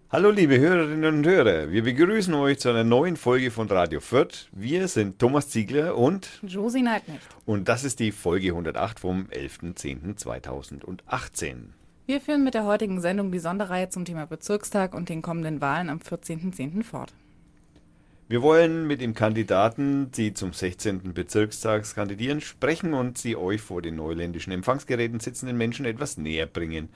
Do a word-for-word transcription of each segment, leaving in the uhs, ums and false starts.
Hallo liebe Hörerinnen und Hörer, wir begrüßen euch zu einer neuen Folge von Radio Fürth. Wir sind Thomas Ziegler und Josie Neidnicht. und das ist die Folge hundertacht vom elften zehnten zweitausendachtzehn. Wir führen mit der heutigen Sendung die Sonderreihe zum Thema Bezirkstag und den kommenden Wahlen am vierzehnten zehnten fort. Wir wollen mit dem Kandidaten, die zum sechzehnten Bezirkstag kandidieren, sprechen und sie euch vor den neuländischen Empfangsgeräten sitzenden Menschen etwas näher bringen.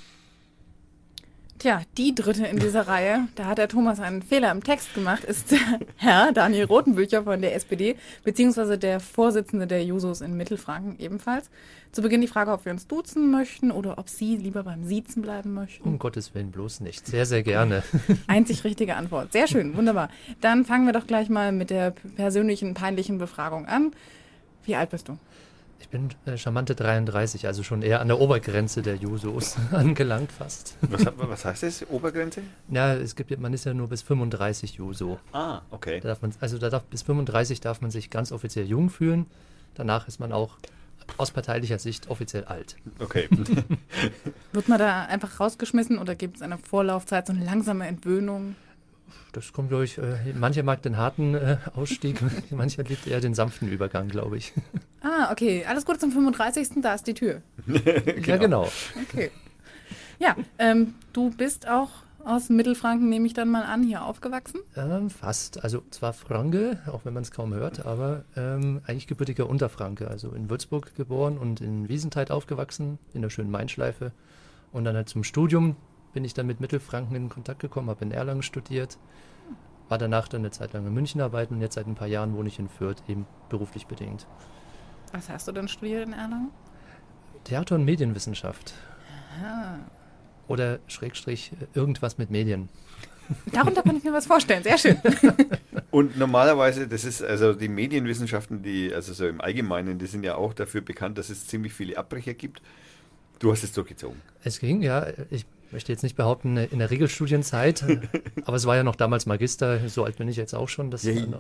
Tja, die dritte in dieser Reihe, da hat der Thomas einen Fehler im Text gemacht, ist Herr Daniel Rothenbücher von der S P D, beziehungsweise der Vorsitzende der Jusos in Mittelfranken ebenfalls. Zu Beginn die Frage, ob wir uns duzen möchten oder ob Sie lieber beim Siezen bleiben möchten. Um Gottes Willen bloß nicht. Sehr, sehr gerne. Einzig richtige Antwort. Sehr schön, wunderbar. Dann fangen wir doch gleich mal mit der persönlichen, peinlichen Befragung an. Wie alt bist du? Ich bin äh, charmante dreiunddreißig, also schon eher an der Obergrenze der Jusos angelangt fast. Was, was heißt das, Obergrenze? Ja, es gibt, man ist ja nur bis fünfunddreißig Juso. Ah, okay. Da darf man, also da darf, bis fünfunddreißig darf man sich ganz offiziell jung fühlen. Danach ist man auch aus parteilicher Sicht offiziell alt. Okay. Wird man da einfach rausgeschmissen oder gibt es eine Vorlaufzeit, so eine langsame Entwöhnung? Das kommt, glaube ich, äh, mancher mag den harten äh, Ausstieg, mancher liebt eher den sanften Übergang, glaube ich. Ah, okay. Alles Gute zum fünfunddreißigsten Da ist die Tür. Ja, genau. Okay. Ja, ähm, du bist auch aus Mittelfranken, nehme ich dann mal an, hier aufgewachsen? Ähm, fast. Also zwar Franke, auch wenn man es kaum hört, aber ähm, eigentlich gebürtiger Unterfranke. Also in Würzburg geboren und in Wiesenthal aufgewachsen, in der schönen Mainschleife. Und dann halt zum Studium bin ich dann mit Mittelfranken in Kontakt gekommen, habe in Erlangen studiert, war danach dann eine Zeit lang in München arbeiten und jetzt seit ein paar Jahren wohne ich in Fürth, eben beruflich bedingt. Was hast du denn studiert in Erlangen? Theater- und Medienwissenschaft. Aha. Oder Schrägstrich irgendwas mit Medien. Darunter kann ich mir was vorstellen, sehr schön. Und normalerweise, das ist also die Medienwissenschaften, die, also so im Allgemeinen, die sind ja auch dafür bekannt, dass es ziemlich viele Abbrecher gibt. Du hast es durchgezogen. Es ging, ja. Ich möchte jetzt nicht behaupten, in der Regelstudienzeit, aber es war ja noch damals Magister, so alt bin ich jetzt auch schon. Das, Yay.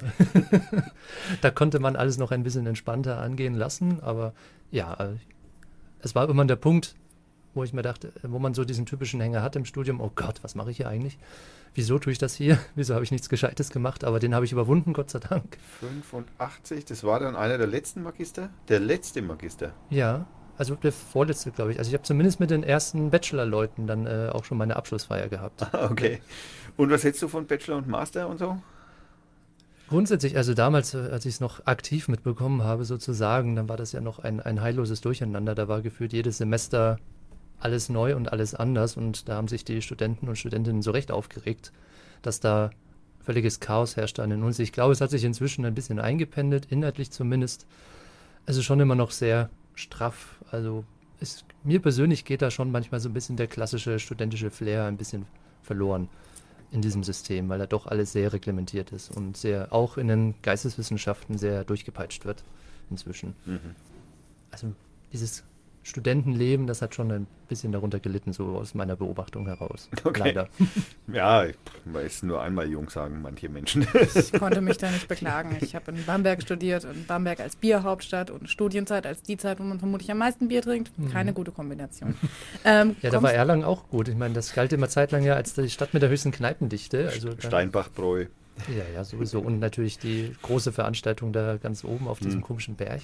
Da konnte man alles noch ein bisschen entspannter angehen lassen, aber ja, es war immer der Punkt, wo ich mir dachte, wo man so diesen typischen Hänger hat im Studium, oh Gott, was mache ich hier eigentlich? Wieso tue ich das hier? Wieso habe ich nichts Gescheites gemacht? Aber den habe ich überwunden, Gott sei Dank. fünfundachtzig, das war dann einer der letzten Magister? Der letzte Magister. Ja, also der vorletzte, glaube ich. Also ich habe zumindest mit den ersten Bachelor-Leuten dann äh, auch schon meine Abschlussfeier gehabt. Ah, okay. Und was hältst du von Bachelor und Master und so? Grundsätzlich, also damals, äh, als ich es noch aktiv mitbekommen habe sozusagen, dann war das ja noch ein, ein heilloses Durcheinander. Da war gefühlt jedes Semester alles neu und alles anders und da haben sich die Studenten und Studentinnen so recht aufgeregt, dass da völliges Chaos herrschte an den Unis. Ich glaube, es hat sich inzwischen ein bisschen eingependelt, inhaltlich zumindest. Also schon immer noch sehr straff. Also ist, mir persönlich geht da schon manchmal so ein bisschen der klassische studentische Flair ein bisschen verloren in diesem System, weil da doch alles sehr reglementiert ist und sehr auch in den Geisteswissenschaften sehr durchgepeitscht wird inzwischen. Mhm. Also dieses Studentenleben, das hat schon ein bisschen darunter gelitten, so aus meiner Beobachtung heraus. Okay. Leider. Ja, man ist nur einmal jung, sagen manche Menschen. Ich konnte mich da nicht beklagen. Ich habe in Bamberg studiert und Bamberg als Bierhauptstadt und Studienzeit als die Zeit, wo man vermutlich am meisten Bier trinkt. Keine mhm. gute Kombination. Ähm, ja, da war Erlangen auch gut. Ich meine, das galt immer zeitlang ja als die Stadt mit der höchsten Kneipendichte. Also Steinbachbräu. Ja, ja, sowieso. Und natürlich die große Veranstaltung da ganz oben auf diesem mhm. komischen Berg.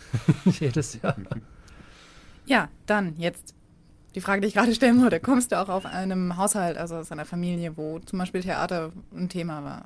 Jedes Jahr. Ja, dann jetzt die Frage, die ich gerade stellen wollte. Kommst du auch auf einem Haushalt, also aus einer Familie, wo zum Beispiel Theater ein Thema war?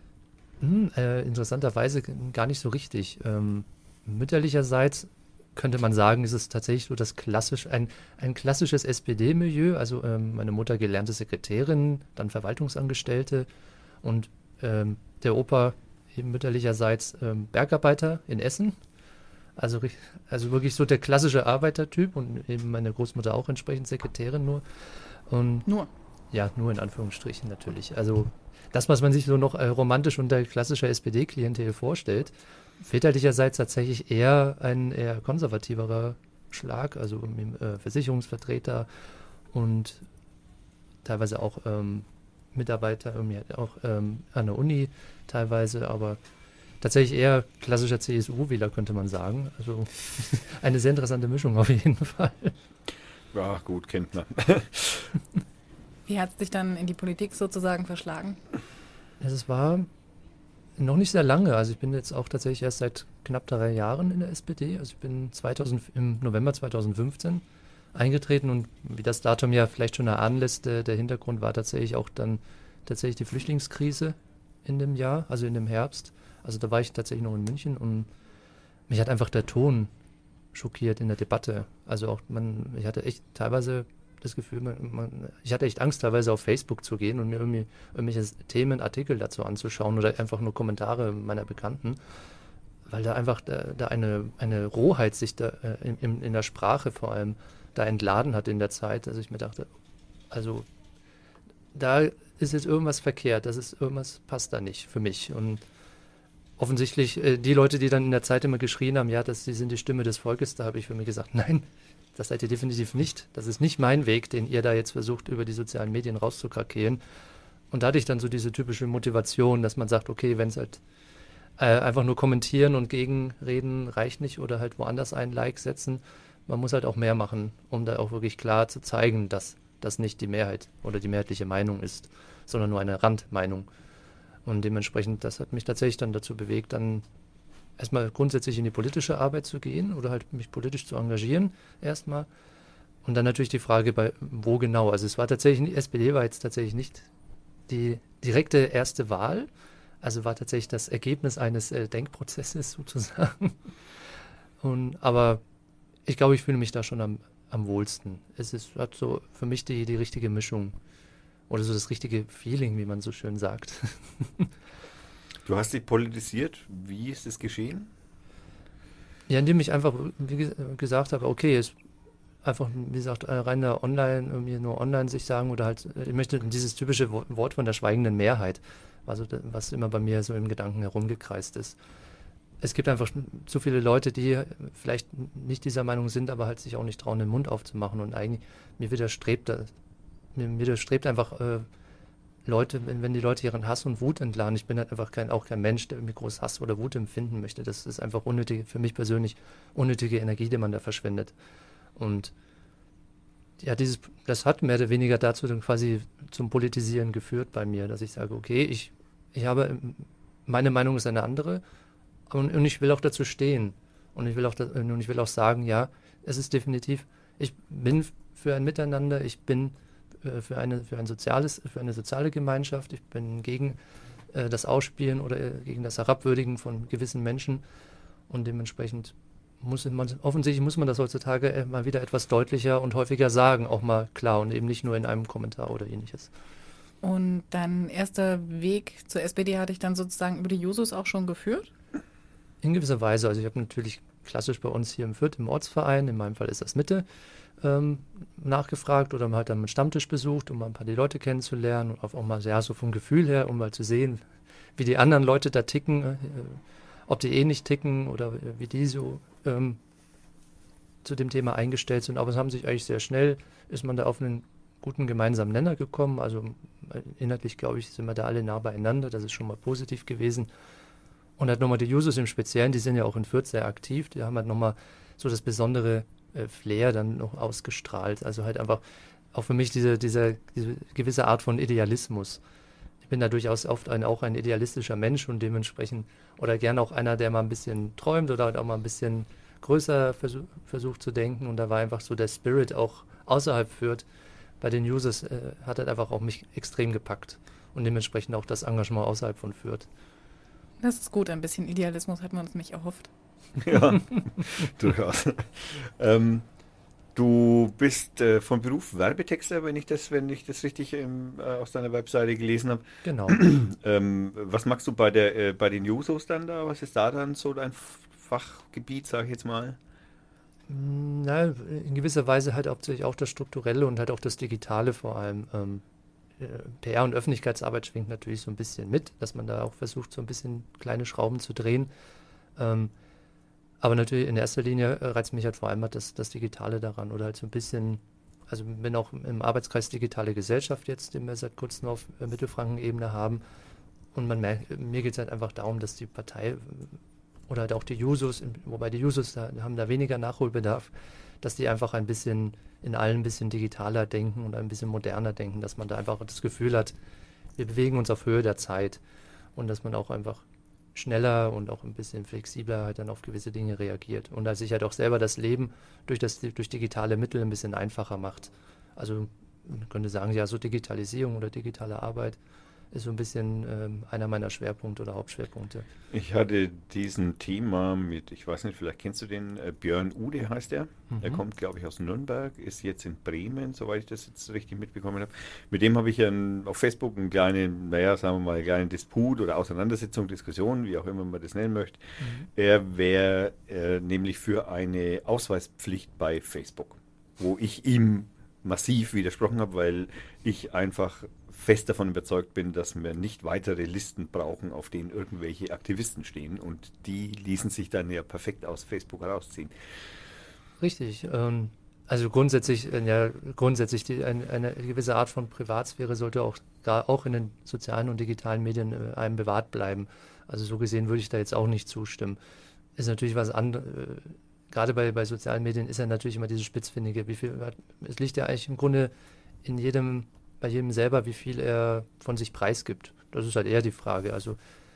Hm, äh, interessanterweise gar nicht so richtig. Ähm, mütterlicherseits könnte man sagen, ist es tatsächlich so das klassisch, ein, ein klassisches S P D-Milieu. Also ähm, meine Mutter gelernte Sekretärin, dann Verwaltungsangestellte und ähm, der Opa eben mütterlicherseits ähm, Bergarbeiter in Essen. Also, also wirklich so der klassische Arbeitertyp und eben meine Großmutter auch entsprechend Sekretärin nur. Und nur? Ja, nur in Anführungsstrichen natürlich. Also das, was man sich so noch äh, romantisch unter klassischer S P D-Klientel vorstellt, väterlicherseits tatsächlich eher ein eher konservativerer Schlag, also äh, Versicherungsvertreter und teilweise auch ähm, Mitarbeiter irgendwie auch ähm, an der Uni teilweise, aber tatsächlich eher klassischer C S U-Wähler, könnte man sagen. Also eine sehr interessante Mischung auf jeden Fall. Ja, gut, kennt man. Wie hat es dich dann in die Politik sozusagen verschlagen? Also es war noch nicht sehr lange. Also ich bin jetzt auch tatsächlich erst seit knapp drei Jahren in der S P D. Also ich bin zweitausend, im November zweitausendfünfzehn eingetreten und wie das Datum ja vielleicht schon erahnen lässt, der, der Hintergrund war tatsächlich auch dann tatsächlich die Flüchtlingskrise in dem Jahr, also in dem Herbst. Also da war ich tatsächlich noch in München und mich hat einfach der Ton schockiert in der Debatte. Also auch man, ich hatte echt teilweise das Gefühl, man, man, ich hatte echt Angst, teilweise auf Facebook zu gehen und mir irgendwie irgendwelche Themen, Artikel dazu anzuschauen oder einfach nur Kommentare meiner Bekannten, weil da einfach da, da eine, eine Rohheit sich da äh, in, in der Sprache vor allem da entladen hat in der Zeit, dass ich mir dachte, also da ist jetzt irgendwas verkehrt, das ist irgendwas passt da nicht für mich. Und offensichtlich äh, die Leute, die dann in der Zeit immer geschrien haben, ja, das, die sind die Stimme des Volkes, da habe ich für mich gesagt, nein, das seid ihr definitiv nicht. Das ist nicht mein Weg, den ihr da jetzt versucht, über die sozialen Medien rauszukrakehlen. Und da hatte ich dann so diese typische Motivation, dass man sagt, okay, wenn es halt äh, einfach nur kommentieren und gegenreden reicht nicht oder halt woanders ein Like setzen, man muss halt auch mehr machen, um da auch wirklich klar zu zeigen, dass das nicht die Mehrheit oder die mehrheitliche Meinung ist, sondern nur eine Randmeinung. Und dementsprechend, das hat mich tatsächlich dann dazu bewegt, dann erstmal grundsätzlich in die politische Arbeit zu gehen oder halt mich politisch zu engagieren erstmal. Und dann natürlich die Frage, bei wo genau. Also es war tatsächlich, die S P D war jetzt tatsächlich nicht die direkte erste Wahl, also war tatsächlich das Ergebnis eines äh, Denkprozesses sozusagen. Und, aber ich glaube, ich fühle mich da schon am, am wohlsten. Es ist, hat so für mich die, die richtige Mischung oder so das richtige Feeling, wie man so schön sagt. Du hast dich politisiert. Wie ist es geschehen? Ja, indem ich einfach wie gesagt habe, okay, es einfach, wie gesagt, rein der Online, irgendwie nur online sich sagen oder halt, ich möchte dieses typische Wort von der schweigenden Mehrheit, also was immer bei mir so im Gedanken herumgekreist ist. Es gibt einfach zu viele Leute, die vielleicht nicht dieser Meinung sind, aber halt sich auch nicht trauen, den Mund aufzumachen und eigentlich, mir widerstrebt das, mir widerstrebt einfach äh, Leute, wenn, wenn die Leute ihren Hass und Wut entladen. Ich bin halt einfach kein, auch kein Mensch, der irgendwie groß Hass oder Wut empfinden möchte. Das ist einfach unnötige, für mich persönlich unnötige Energie, die man da verschwendet. Und ja, dieses, das hat mehr oder weniger dazu dann quasi zum Politisieren geführt bei mir, dass ich sage, okay, ich, ich habe, meine Meinung ist eine andere und, und ich will auch dazu stehen. Und ich will auch, und ich will auch sagen, ja, es ist definitiv, ich bin für ein Miteinander, ich bin für eine, für ein soziales, für eine soziale Gemeinschaft. Ich bin gegen äh, das Ausspielen oder äh, gegen das Herabwürdigen von gewissen Menschen und dementsprechend muss man, offensichtlich muss man das heutzutage äh, mal wieder etwas deutlicher und häufiger sagen, auch mal klar und eben nicht nur in einem Kommentar oder ähnliches. Und dein erster Weg zur S P D hatte ich dann sozusagen über die Jusos auch schon geführt? In gewisser Weise. Also ich habe natürlich klassisch bei uns hier im Fürth im Ortsverein, in meinem Fall ist das Mitte, ähm, nachgefragt oder halt dann einen Stammtisch besucht, um mal ein paar die Leute kennenzulernen und auch mal ja, so vom Gefühl her, um mal zu sehen, wie die anderen Leute da ticken, äh, ob die ähnlich ticken oder wie die so ähm, zu dem Thema eingestellt sind. Aber es haben sich eigentlich sehr schnell, ist man da auf einen guten gemeinsamen Nenner gekommen. Also äh, inhaltlich, glaube ich, sind wir da alle nah beieinander. Das ist schon mal positiv gewesen. Und halt nochmal die Jusos im Speziellen, die sind ja auch in Fürth sehr aktiv. Die haben halt nochmal so das besondere äh, Flair dann noch ausgestrahlt. Also halt einfach auch für mich diese, diese, diese gewisse Art von Idealismus. Ich bin da durchaus oft ein, auch ein idealistischer Mensch und dementsprechend oder gern auch einer, der mal ein bisschen träumt oder halt auch mal ein bisschen größer versuch, versucht zu denken. Und da war einfach so der Spirit auch außerhalb Fürth. Bei den Users äh, hat halt einfach auch mich extrem gepackt und dementsprechend auch das Engagement außerhalb von Fürth. Das ist gut, ein bisschen Idealismus hatten wir uns nicht erhofft. Ja, durchaus. ähm, du bist äh, von Beruf Werbetexter, wenn ich das, wenn ich das richtig ähm, äh, aus deiner Webseite gelesen habe. Genau. ähm, was machst du bei der äh, bei den Jusos dann da? Was ist da dann so dein Fachgebiet, sage ich jetzt mal? Na, in gewisser Weise halt hauptsächlich auch das Strukturelle und halt auch das Digitale vor allem. Ähm, P R und Öffentlichkeitsarbeit schwingt natürlich so ein bisschen mit, dass man da auch versucht, so ein bisschen kleine Schrauben zu drehen. Ähm, aber natürlich in erster Linie reizt mich halt vor allem das, das Digitale daran oder halt so ein bisschen, also bin auch im Arbeitskreis Digitale Gesellschaft jetzt, den wir seit kurzem auf Mittelfranken-Ebene haben. Und man merkt, mir geht es halt einfach darum, dass die Partei oder halt auch die Jusos, wobei die Jusos da, haben da weniger Nachholbedarf, dass die einfach ein bisschen in allen ein bisschen digitaler denken und ein bisschen moderner denken, dass man da einfach das Gefühl hat, wir bewegen uns auf Höhe der Zeit und dass man auch einfach schneller und auch ein bisschen flexibler halt dann auf gewisse Dinge reagiert und dass sich halt auch selber das Leben durch, das, durch digitale Mittel ein bisschen einfacher macht. Also man könnte sagen, ja, so Digitalisierung oder digitale Arbeit ist so ein bisschen ähm, einer meiner Schwerpunkte oder Hauptschwerpunkte. Ich hatte diesen Thema mit, ich weiß nicht, vielleicht kennst du den, äh, Björn Ude heißt er. Mhm. Der kommt, glaube ich, aus Nürnberg, ist jetzt in Bremen, soweit ich das jetzt richtig mitbekommen habe. Mit dem habe ich ja auf Facebook einen kleinen, naja, sagen wir mal, einen kleinen Disput oder Auseinandersetzung, Diskussion, wie auch immer man das nennen möchte. Mhm. Er wäre äh, nämlich für eine Ausweispflicht bei Facebook, wo ich ihm massiv widersprochen habe, weil ich einfach fest davon überzeugt bin, dass wir nicht weitere Listen brauchen, auf denen irgendwelche Aktivisten stehen und die ließen sich dann ja perfekt aus Facebook herausziehen. Richtig. Ähm, also grundsätzlich, äh, ja, grundsätzlich die, ein, eine gewisse Art von Privatsphäre sollte auch, gar, auch in den sozialen und digitalen Medien äh, einem bewahrt bleiben. Also so gesehen würde ich da jetzt auch nicht zustimmen. Ist natürlich was anderes. Äh, gerade bei, bei sozialen Medien ist ja natürlich immer dieses Spitzfindige. Wie viel, es liegt ja eigentlich im Grunde in jedem bei jedem selber, wie viel er von sich preisgibt. Das ist halt eher die Frage. Also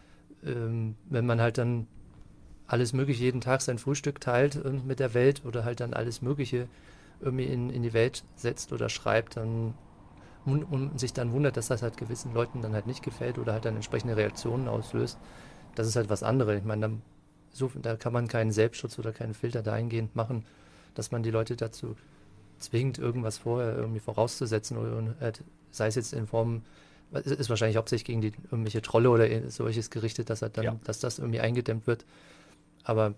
ähm, wenn man halt dann alles Mögliche jeden Tag sein Frühstück teilt äh, mit der Welt oder halt dann alles Mögliche irgendwie in, in die Welt setzt oder schreibt, dann und, und sich dann wundert, dass das halt gewissen Leuten dann halt nicht gefällt oder halt dann entsprechende Reaktionen auslöst, das ist halt was anderes. Ich meine, dann, so, da kann man keinen Selbstschutz oder keinen Filter dahingehend machen, dass man die Leute dazu zwingt, irgendwas vorher irgendwie vorauszusetzen oder äh, sei es jetzt in Form, ist wahrscheinlich hauptsächlich gegen die irgendwelche Trolle oder solches gerichtet, dass er dann, ja. dass das irgendwie eingedämmt wird. Aber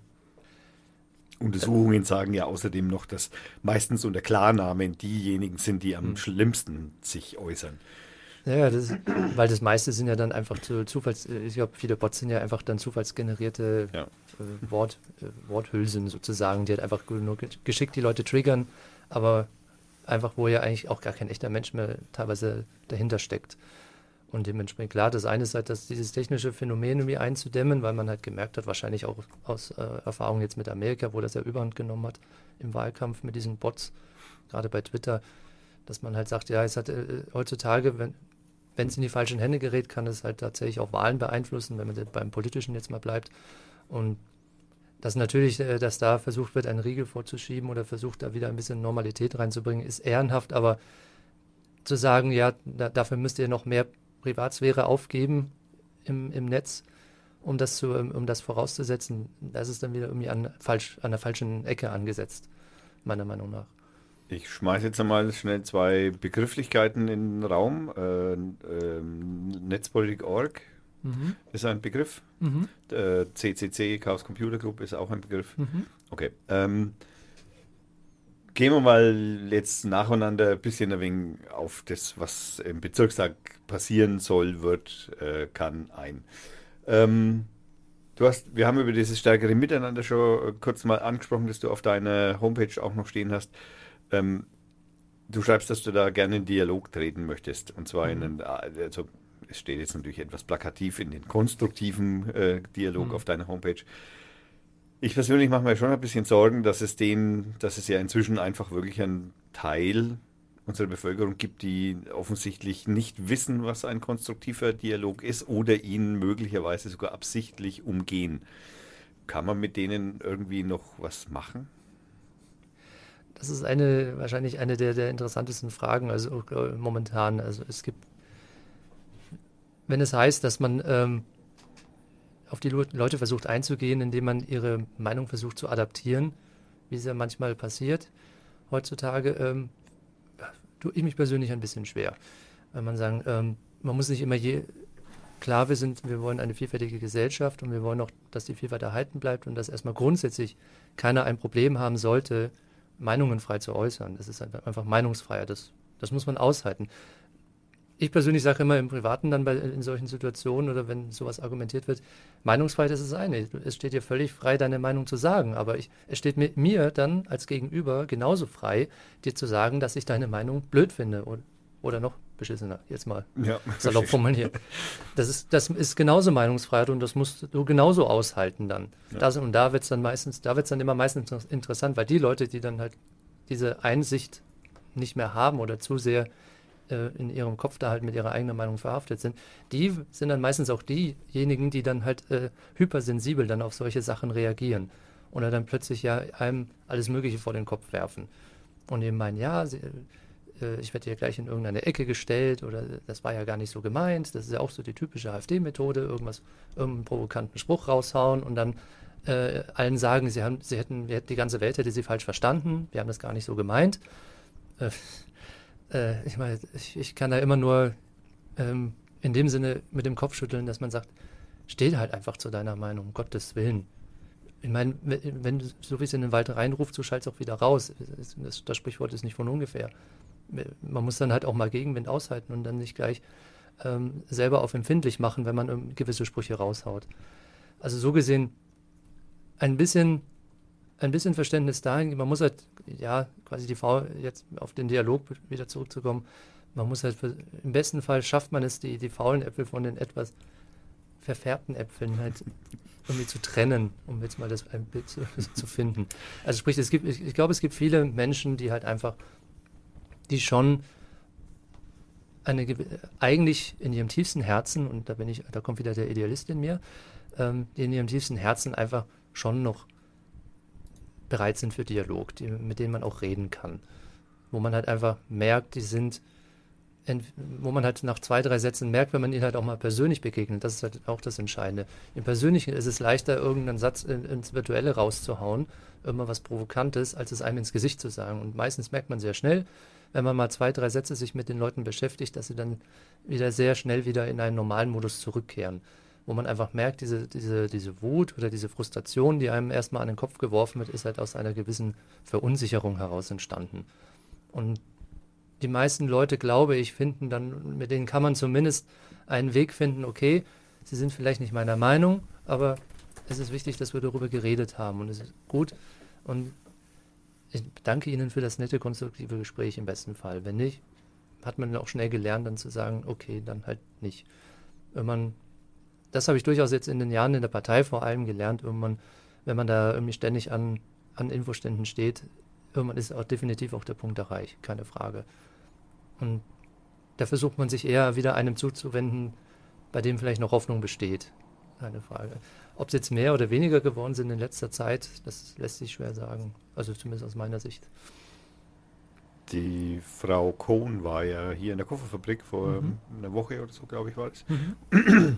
Untersuchungen sagen ja außerdem noch, dass meistens unter Klarnamen diejenigen sind, die am hm. schlimmsten sich äußern. Ja, das ist, weil das meiste sind ja dann einfach zu Zufalls, ich glaube, viele Bots sind ja einfach dann zufallsgenerierte ja. äh, Wort, äh, Worthülsen sozusagen, die halt einfach nur geschickt die Leute triggern, aber einfach, wo ja eigentlich auch gar kein echter Mensch mehr teilweise dahinter steckt. Und dementsprechend, klar, das eine ist halt, dass dieses technische Phänomen irgendwie einzudämmen, weil man halt gemerkt hat, wahrscheinlich auch aus äh, Erfahrung jetzt mit Amerika, wo das ja Überhand genommen hat im Wahlkampf mit diesen Bots, gerade bei Twitter, dass man halt sagt, ja, es hat äh, heutzutage, wenn wenn es in die falschen Hände gerät, kann es halt tatsächlich auch Wahlen beeinflussen, wenn man beim Politischen jetzt mal bleibt. Und dass natürlich, äh, dass da versucht wird, einen Riegel vorzuschieben oder versucht, da wieder ein bisschen Normalität reinzubringen, ist ehrenhaft, aber zu sagen, ja, da, dafür müsst ihr noch mehr Privatsphäre aufgeben im, im Netz, um das zu, um das vorauszusetzen, das ist dann wieder irgendwie an, falsch, an der falschen Ecke angesetzt, meiner Meinung nach. Ich schmeiße jetzt einmal schnell zwei Begrifflichkeiten in den Raum. Äh, äh, Netzpolitik Punkt org mhm. ist ein Begriff. Mhm. Äh, C C C, Chaos Computer Club, ist auch ein Begriff. Mhm. Okay. Ähm, gehen wir mal jetzt nacheinander ein bisschen ein wenig auf das, was im Bezirkstag passieren soll, wird, äh, kann, ein. Ähm, du hast, wir haben über dieses stärkere Miteinander schon kurz mal angesprochen, dass du auf deiner Homepage auch noch stehen hast. Ähm, du schreibst, dass du da gerne in Dialog treten möchtest. Und zwar mhm. in einen, also es steht jetzt natürlich etwas plakativ in den konstruktiven äh, Dialog mhm. auf deiner Homepage. Ich persönlich mache mir schon ein bisschen Sorgen, dass es den, dass es ja inzwischen einfach wirklich einen Teil unserer Bevölkerung gibt, die offensichtlich nicht wissen, was ein konstruktiver Dialog ist oder ihn möglicherweise sogar absichtlich umgehen. Kann man mit denen irgendwie noch was machen? Das ist eine wahrscheinlich eine der, der interessantesten Fragen, also äh, momentan. Also es gibt, wenn es heißt, dass man ähm, auf die Leute versucht einzugehen, indem man ihre Meinung versucht zu adaptieren, wie es ja manchmal passiert heutzutage, ähm, tue ich mich persönlich ein bisschen schwer. Weil man sagen, ähm, man muss nicht immer je, klar, wir sind, wir wollen eine vielfältige Gesellschaft und wir wollen auch, dass die Vielfalt erhalten bleibt und dass erstmal grundsätzlich keiner ein Problem haben sollte, Meinungen frei zu äußern. Das ist einfach Meinungsfreiheit. Das, das muss man aushalten. Ich persönlich sage immer im Privaten dann bei, in solchen Situationen oder wenn sowas argumentiert wird, Meinungsfreiheit ist das eine. Es steht dir völlig frei, deine Meinung zu sagen. Aber ich, es steht mit mir dann als Gegenüber genauso frei, dir zu sagen, dass ich deine Meinung blöd finde. Oder, oder noch beschissener, jetzt mal ja, salopp formuliert. Das ist, das ist genauso Meinungsfreiheit und das musst du genauso aushalten dann. Ja. Das, und da wird es dann meistens, da wird es dann immer meistens interessant, weil die Leute, die dann halt diese Einsicht nicht mehr haben oder zu sehr äh, in ihrem Kopf da halt mit ihrer eigenen Meinung verhaftet sind, die sind dann meistens auch diejenigen, die dann halt äh, hypersensibel dann auf solche Sachen reagieren oder dann plötzlich ja einem alles Mögliche vor den Kopf werfen und eben meinen, ja, sie, äh, ich werde hier gleich in irgendeine Ecke gestellt oder das war ja gar nicht so gemeint, das ist ja auch so die typische AfD-Methode, irgendwas, irgendeinen provokanten Spruch raushauen und dann äh, allen sagen, sie, haben, sie hätten, die ganze Welt hätte sie falsch verstanden, wir haben das gar nicht so gemeint. Äh, äh, ich meine, ich, ich kann da immer nur ähm, in dem Sinne mit dem Kopf schütteln, dass man sagt, steh halt einfach zu deiner Meinung, um Gottes Willen. Ich meine, wenn du, so wie es in den Wald reinruft, du schaltest auch wieder raus. Das, das, das Sprichwort ist nicht von ungefähr. Man muss dann halt auch mal Gegenwind aushalten und dann nicht gleich ähm, selber auf empfindlich machen, wenn man ähm, gewisse Sprüche raushaut. Also so gesehen ein bisschen, ein bisschen Verständnis dahin. Man muss halt, ja, quasi die Frau jetzt auf den Dialog wieder zurückzukommen, man muss halt, im besten Fall schafft man es, die, die faulen Äpfel von den etwas verfärbten Äpfeln halt irgendwie zu trennen, um jetzt mal das ein Bild zu, zu finden. Also sprich, es gibt, ich, ich glaube, es gibt viele Menschen, die halt einfach, die schon eine, eigentlich in ihrem tiefsten Herzen, und da bin ich, da kommt wieder der Idealist in mir, ähm, die in ihrem tiefsten Herzen einfach schon noch bereit sind für Dialog, die, mit denen man auch reden kann. Wo man halt einfach merkt, die sind, wo man halt nach zwei, drei Sätzen merkt, wenn man ihnen halt auch mal persönlich begegnet, das ist halt auch das Entscheidende. Im Persönlichen ist es leichter, irgendeinen Satz in, ins Virtuelle rauszuhauen, irgendwas was Provokantes, als es einem ins Gesicht zu sagen. Und meistens merkt man sehr schnell, wenn man mal zwei, drei Sätze sich mit den Leuten beschäftigt, dass sie dann wieder sehr schnell wieder in einen normalen Modus zurückkehren. Wo man einfach merkt, diese, diese, diese Wut oder diese Frustration, die einem erstmal an den Kopf geworfen wird, ist halt aus einer gewissen Verunsicherung heraus entstanden. Und die meisten Leute, glaube ich, finden dann, mit denen kann man zumindest einen Weg finden, okay, sie sind vielleicht nicht meiner Meinung, aber es ist wichtig, dass wir darüber geredet haben und es ist gut. Und ich danke Ihnen für das nette, konstruktive Gespräch im besten Fall. Wenn nicht, hat man auch schnell gelernt, dann zu sagen, okay, dann halt nicht. Wenn man, das habe ich durchaus jetzt in den Jahren in der Partei vor allem gelernt, irgendwann, wenn man da irgendwie ständig an, an Infoständen steht, irgendwann ist auch definitiv auch der Punkt erreicht, keine Frage. Und da versucht man sich eher wieder einem zuzuwenden, bei dem vielleicht noch Hoffnung besteht. Keine Frage. Ob es jetzt mehr oder weniger geworden sind in letzter Zeit, das lässt sich schwer sagen. Also zumindest aus meiner Sicht. Die Frau Kohn war ja hier in der Kofferfabrik vor mhm. einer Woche oder so, glaube ich, war es. Mhm.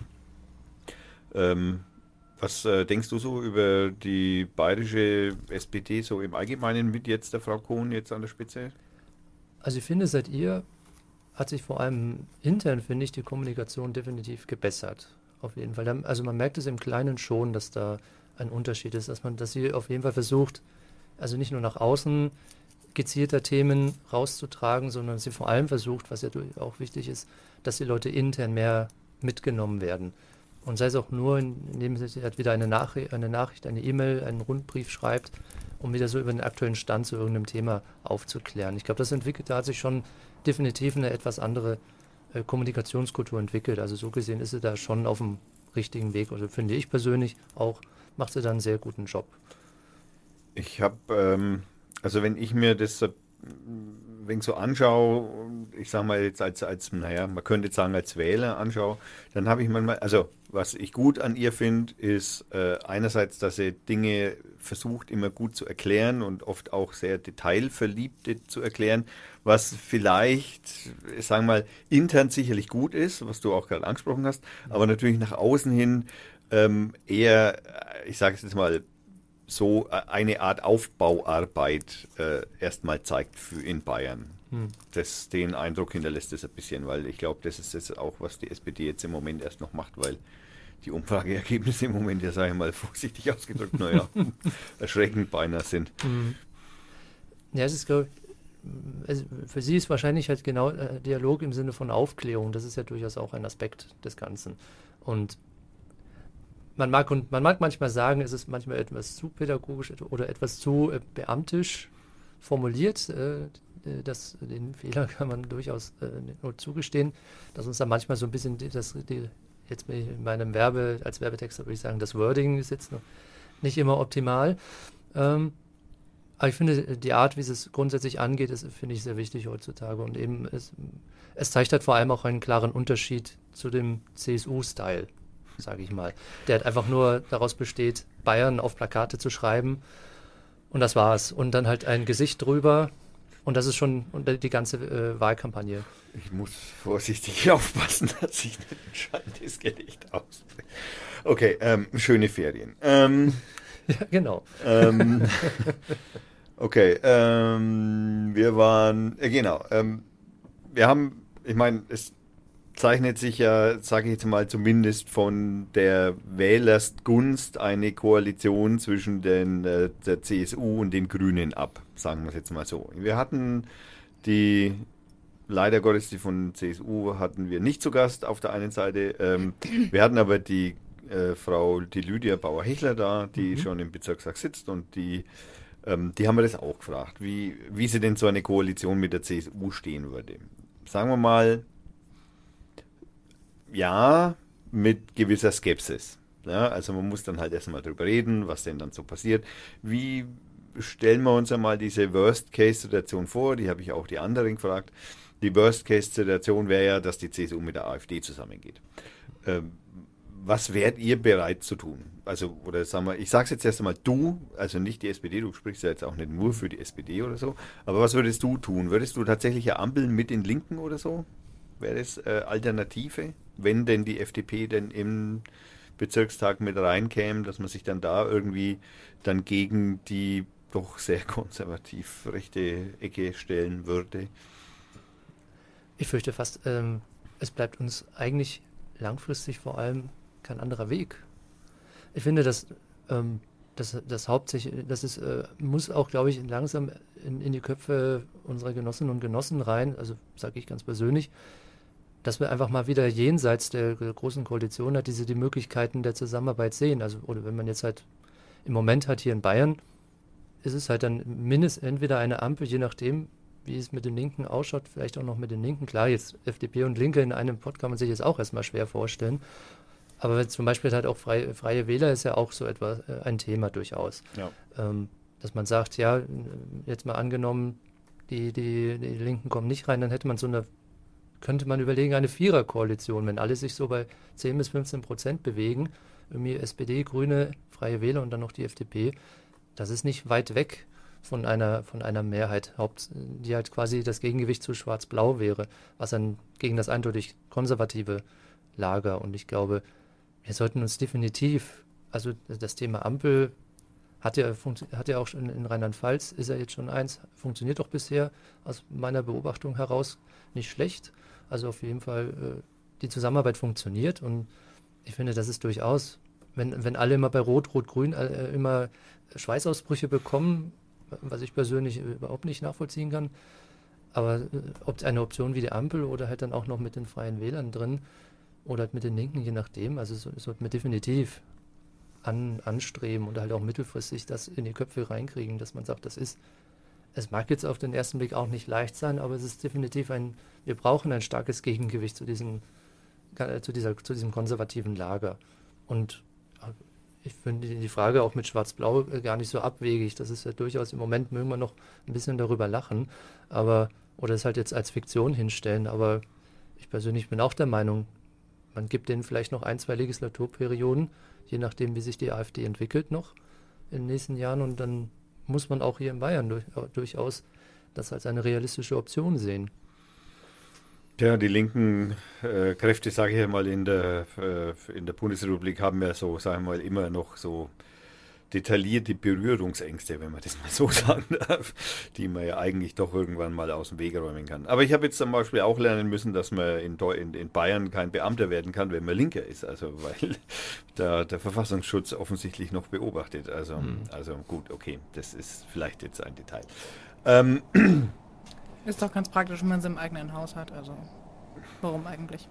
ähm, was äh, denkst du so über die bayerische S P D so im Allgemeinen mit jetzt der Frau Kohn jetzt an der Spitze? Also ich finde, seit ihr hat sich vor allem intern, finde ich, die Kommunikation definitiv gebessert. Auf jeden Fall. Also man merkt es im Kleinen schon, dass da ein Unterschied ist, dass man, dass sie auf jeden Fall versucht, also nicht nur nach außen gezielter Themen rauszutragen, sondern sie vor allem versucht, was ja auch wichtig ist, dass die Leute intern mehr mitgenommen werden. Und sei es auch nur, indem sie halt wieder eine Nachricht, eine Nachricht, eine E-Mail, einen Rundbrief schreibt, um wieder so über den aktuellen Stand zu irgendeinem Thema aufzuklären. Ich glaube, das entwickelt, da hat sich schon definitiv eine etwas andere äh, Kommunikationskultur entwickelt. Also so gesehen ist sie da schon auf dem richtigen Weg. Also finde ich persönlich auch, macht sie da einen sehr guten Job. Ich habe, ähm, also wenn ich mir das äh, wenn ich so anschaue, ich sage mal jetzt als, als, naja, man könnte jetzt sagen als Wähler anschaue, dann habe ich manchmal, also was ich gut an ihr finde, ist äh, einerseits, dass sie Dinge versucht immer gut zu erklären und oft auch sehr detailverliebt zu erklären, was vielleicht, sagen wir mal, intern sicherlich gut ist, was du auch gerade angesprochen hast, aber natürlich nach außen hin ähm, eher, ich sage es jetzt mal, so eine Art Aufbauarbeit äh, erstmal zeigt für in Bayern. Hm. Das, den Eindruck hinterlässt es ein bisschen, weil ich glaube, das ist jetzt auch, was die S P D jetzt im Moment erst noch macht, weil die Umfrageergebnisse im Moment, ja sage ich mal vorsichtig ausgedrückt, naja, erschreckend beinahe sind. Hm. Ja, es ist, glaube ich, also für sie ist wahrscheinlich halt genau äh, Dialog im Sinne von Aufklärung, das ist ja durchaus auch ein Aspekt des Ganzen. Und Man mag, und man mag manchmal sagen, es ist manchmal etwas zu pädagogisch oder etwas zu äh, beamtisch formuliert. Äh, das, den Fehler kann man durchaus äh, nur zugestehen, dass uns da manchmal so ein bisschen, die, das, die, jetzt bin ich in meinem Werbe, als Werbetexter würde ich sagen, das Wording ist jetzt noch nicht immer optimal. Ähm, Aber ich finde, die Art, wie es grundsätzlich angeht, ist, finde ich, sehr wichtig heutzutage. Und eben, es, es zeigt halt vor allem auch einen klaren Unterschied zu dem C S U-Style, sage ich mal. Der halt einfach nur daraus besteht, Bayern auf Plakate zu schreiben und das war's. Und dann halt ein Gesicht drüber und das ist schon die ganze äh, Wahlkampagne. Ich muss vorsichtig aufpassen, dass ich nicht ein schallendes Gedicht ausbringe. Okay, ähm, schöne Ferien. Ähm, ja, genau. Ähm, okay, ähm, wir waren, äh, genau, ähm, wir haben, ich meine, es zeichnet sich ja, sage ich jetzt mal, zumindest von der Wählersgunst eine Koalition zwischen den, äh, der C S U und den Grünen ab, sagen wir es jetzt mal so. Wir hatten die, leider Gottes, die von C S U hatten wir nicht zu Gast auf der einen Seite, ähm, wir hatten aber die äh, Frau, die Lydia Bauer-Hechler da, die mhm. schon im Bezirkstag sitzt und die, ähm, die haben wir das auch gefragt, wie, wie sie denn so eine Koalition mit der C S U stehen würde. Sagen wir mal, ja, mit gewisser Skepsis. Ja, also man muss dann halt erstmal drüber reden, was denn dann so passiert. Wie stellen wir uns einmal diese Worst-Case-Situation vor? Die habe ich auch die anderen gefragt. Die Worst-Case-Situation wäre ja, dass die C S U mit der AfD zusammengeht. Ähm, was wärt ihr bereit zu tun? Also, oder sagen wir, ich sage es jetzt erst einmal du, also nicht die S P D, du sprichst ja jetzt auch nicht nur für die S P D oder so, aber was würdest du tun? Würdest du tatsächlich Ampeln mit den Linken oder so? Wäre das äh, Alternative, wenn denn die F D P denn im Bezirkstag mit reinkäme, dass man sich dann da irgendwie dann gegen die doch sehr konservativ rechte Ecke stellen würde? Ich fürchte fast, ähm, es bleibt uns eigentlich langfristig vor allem kein anderer Weg. Ich finde, dass ähm, das, das hauptsächlich, das ist, äh, muss auch, glaube ich, langsam in, in die Köpfe unserer Genossinnen und Genossen rein, also sage ich ganz persönlich, dass wir einfach mal wieder jenseits der, der großen Koalition hat, diese die Möglichkeiten der Zusammenarbeit sehen. Also, oder wenn man jetzt halt im Moment hat hier in Bayern, ist es halt dann mindestens entweder eine Ampel, je nachdem, wie es mit den Linken ausschaut, vielleicht auch noch mit den Linken. Klar, jetzt F D P und Linke in einem Pot kann man sich jetzt auch erstmal schwer vorstellen. Aber wenn zum Beispiel halt auch Freie, Freie Wähler ist ja auch so etwas, äh, ein Thema durchaus. Ja. Ähm, dass man sagt, ja, jetzt mal angenommen, die, die, die Linken kommen nicht rein, dann hätte man so eine, könnte man überlegen, eine Viererkoalition, wenn alle sich so bei zehn bis fünfzehn Prozent bewegen, irgendwie S P D, Grüne, Freie Wähler und dann noch die F D P, das ist nicht weit weg von einer, von einer Mehrheit, Haupt, die halt quasi das Gegengewicht zu Schwarz-Blau wäre, was dann gegen das eindeutig konservative Lager. Und ich glaube, wir sollten uns definitiv, also das Thema Ampel hat ja, hat ja auch schon in Rheinland-Pfalz, ist ja jetzt schon eins, funktioniert doch bisher aus meiner Beobachtung heraus nicht schlecht. Also auf jeden Fall, äh, die Zusammenarbeit funktioniert und ich finde, das ist durchaus, wenn, wenn alle immer bei Rot, Rot, Grün äh, immer Schweißausbrüche bekommen, was ich persönlich überhaupt nicht nachvollziehen kann, aber äh, ob eine Option wie die Ampel oder halt dann auch noch mit den Freien Wählern drin oder halt mit den Linken, je nachdem, also so, sollten wir definitiv an, anstreben und halt auch mittelfristig das in die Köpfe reinkriegen, dass man sagt, das ist, es mag jetzt auf den ersten Blick auch nicht leicht sein, aber es ist definitiv ein, wir brauchen ein starkes Gegengewicht zu diesem, zu dieser, zu diesem konservativen Lager. Und ich finde die Frage auch mit Schwarz-Blau gar nicht so abwegig. Das ist ja durchaus, im Moment mögen wir noch ein bisschen darüber lachen, aber, oder es halt jetzt als Fiktion hinstellen, aber ich persönlich bin auch der Meinung, man gibt denen vielleicht noch ein, zwei Legislaturperioden, je nachdem, wie sich die AfD entwickelt noch in den nächsten Jahren und dann muss man auch hier in Bayern durch, durchaus das als eine realistische Option sehen. Ja, die linken äh, Kräfte, sage ich mal, in der, äh, in der Bundesrepublik haben ja so, sagen wir mal, immer noch so detaillierte Berührungsängste, wenn man das mal so sagen darf, die man ja eigentlich doch irgendwann mal aus dem Weg räumen kann. Aber ich habe jetzt zum Beispiel auch lernen müssen, dass man in, in, in Bayern kein Beamter werden kann, wenn man Linker ist, also weil da der Verfassungsschutz offensichtlich noch beobachtet. Also, mhm. also gut, okay, das ist vielleicht jetzt ein Detail. Ähm, Ist doch ganz praktisch, wenn man es im eigenen Haus hat, also warum eigentlich?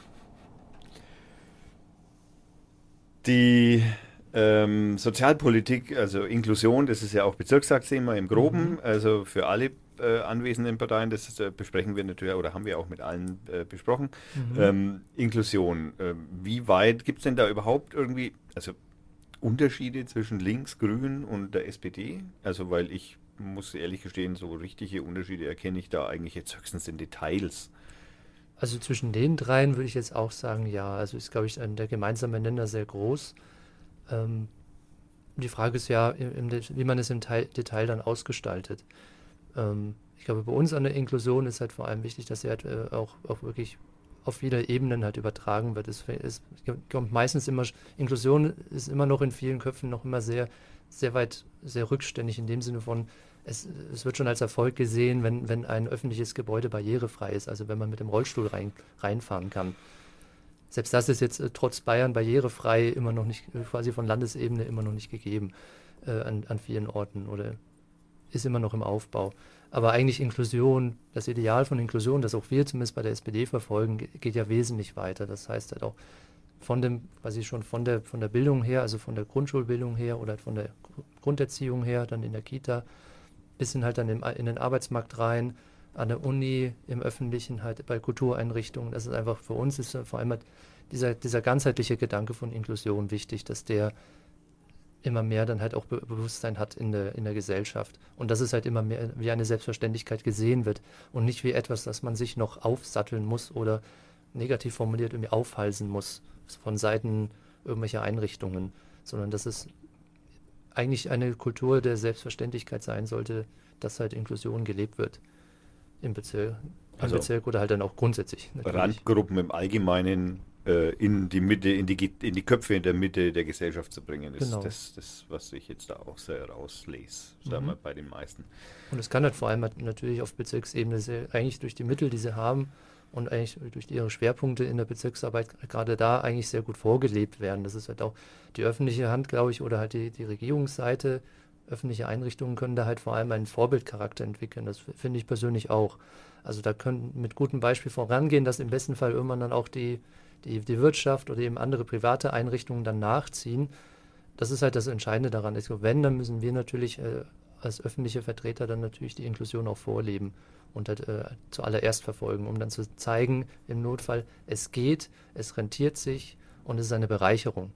Die ähm, Sozialpolitik, also Inklusion, das ist ja auch Bezirkstagsthema im Groben, mhm. also für alle äh, anwesenden Parteien, das äh, besprechen wir natürlich, oder haben wir auch mit allen äh, besprochen. Mhm. Ähm, Inklusion, äh, wie weit gibt es denn da überhaupt irgendwie, also Unterschiede zwischen Links, Grün und der S P D? Also weil ich muss ehrlich gestehen, so richtige Unterschiede erkenne ich da eigentlich jetzt höchstens in Details. Also zwischen den dreien würde ich jetzt auch sagen, ja. Also ist, glaube ich, der gemeinsame Nenner sehr groß. Ähm, die Frage ist ja, im, im, wie man es im Teil, Detail dann ausgestaltet. Ähm, ich glaube, bei uns an der Inklusion ist halt vor allem wichtig, dass sie halt äh, auch, auch wirklich auf viele Ebenen halt übertragen wird. Es, es kommt meistens immer, Inklusion ist immer noch in vielen Köpfen noch immer sehr, sehr weit, sehr rückständig in dem Sinne von, es, es wird schon als Erfolg gesehen, wenn, wenn ein öffentliches Gebäude barrierefrei ist, also wenn man mit dem Rollstuhl rein, reinfahren kann. Selbst das ist jetzt äh, trotz Bayern barrierefrei immer noch nicht, quasi von Landesebene immer noch nicht gegeben äh, an, an vielen Orten oder ist immer noch im Aufbau. Aber eigentlich Inklusion, das Ideal von Inklusion, das auch wir zumindest bei der S P D verfolgen, geht ja wesentlich weiter. Das heißt halt auch von dem, quasi schon von der, von der Bildung her, also von der Grundschulbildung her oder von der Grunderziehung her, dann in der Kita, bis hin halt dann in, in den Arbeitsmarkt rein, an der Uni, im Öffentlichen, halt bei Kultureinrichtungen. Das ist einfach für uns ist vor allem halt dieser, dieser ganzheitliche Gedanke von Inklusion wichtig, dass der immer mehr dann halt auch Be- Bewusstsein hat in der, in der Gesellschaft. Und dass es halt immer mehr wie eine Selbstverständlichkeit gesehen wird und nicht wie etwas, das man sich noch aufsatteln muss oder negativ formuliert irgendwie aufhalsen muss von Seiten irgendwelcher Einrichtungen, sondern dass es eigentlich eine Kultur der Selbstverständlichkeit sein sollte, dass halt Inklusion gelebt wird im Bezirk, im Also Bezirk oder halt dann auch grundsätzlich. Natürlich. Randgruppen im Allgemeinen äh, in die Mitte, in die, in die Köpfe in der Mitte der Gesellschaft zu bringen, ist Genau. das, das, was ich jetzt da auch sehr rauslese, sagen wir, bei den meisten. Und es kann halt vor allem halt natürlich auf Bezirksebene sehr, eigentlich durch die Mittel, die sie haben und eigentlich durch ihre Schwerpunkte in der Bezirksarbeit gerade da eigentlich sehr gut vorgelebt werden. Das ist halt auch die öffentliche Hand, glaube ich, oder halt die, die Regierungsseite. Öffentliche Einrichtungen können da halt vor allem einen Vorbildcharakter entwickeln. Das f- finde ich persönlich auch. Also da können mit gutem Beispiel vorangehen, dass im besten Fall irgendwann dann auch die, die, die Wirtschaft oder eben andere private Einrichtungen dann nachziehen. Das ist halt das Entscheidende daran. Ich glaube, wenn, dann müssen wir natürlich äh, als öffentliche Vertreter dann natürlich die Inklusion auch vorleben und halt äh, zuallererst verfolgen, um dann zu zeigen, im Notfall, es geht, es rentiert sich und es ist eine Bereicherung.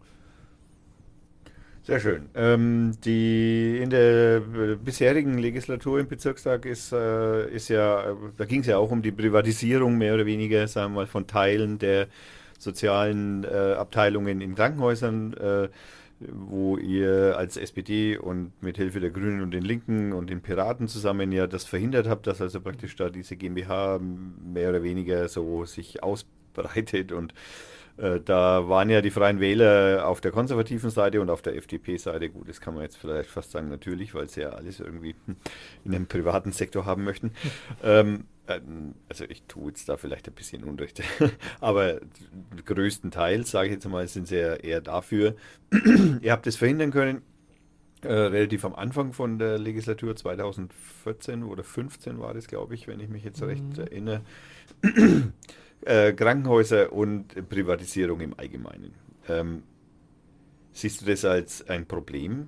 Sehr schön. Ähm, die in der äh, bisherigen Legislatur im Bezirkstag ist, äh, ist ja, äh, da ging es ja auch um die Privatisierung mehr oder weniger, sagen wir mal, von Teilen der sozialen äh, Abteilungen in Krankenhäusern, äh, wo ihr als S P D und mit Hilfe der Grünen und den Linken und den Piraten zusammen ja das verhindert habt, dass also praktisch da diese GmbH mehr oder weniger so sich ausbreitet und äh, da waren ja die Freien Wähler auf der konservativen Seite und auf der F D P-Seite. Gut, das kann man jetzt vielleicht fast sagen, natürlich, weil sie ja alles irgendwie in einem privaten Sektor haben möchten. ähm, also ich tue jetzt da vielleicht ein bisschen Unrecht, aber größtenteils, sage ich jetzt mal, sind sie ja eher dafür. Ihr habt es verhindern können, äh, relativ am Anfang von der Legislatur zweitausendvierzehn oder fünfzehn war das, glaube ich, wenn ich mich jetzt recht erinnere. Äh, Krankenhäuser und Privatisierung im Allgemeinen. Ähm, siehst du das als ein Problem?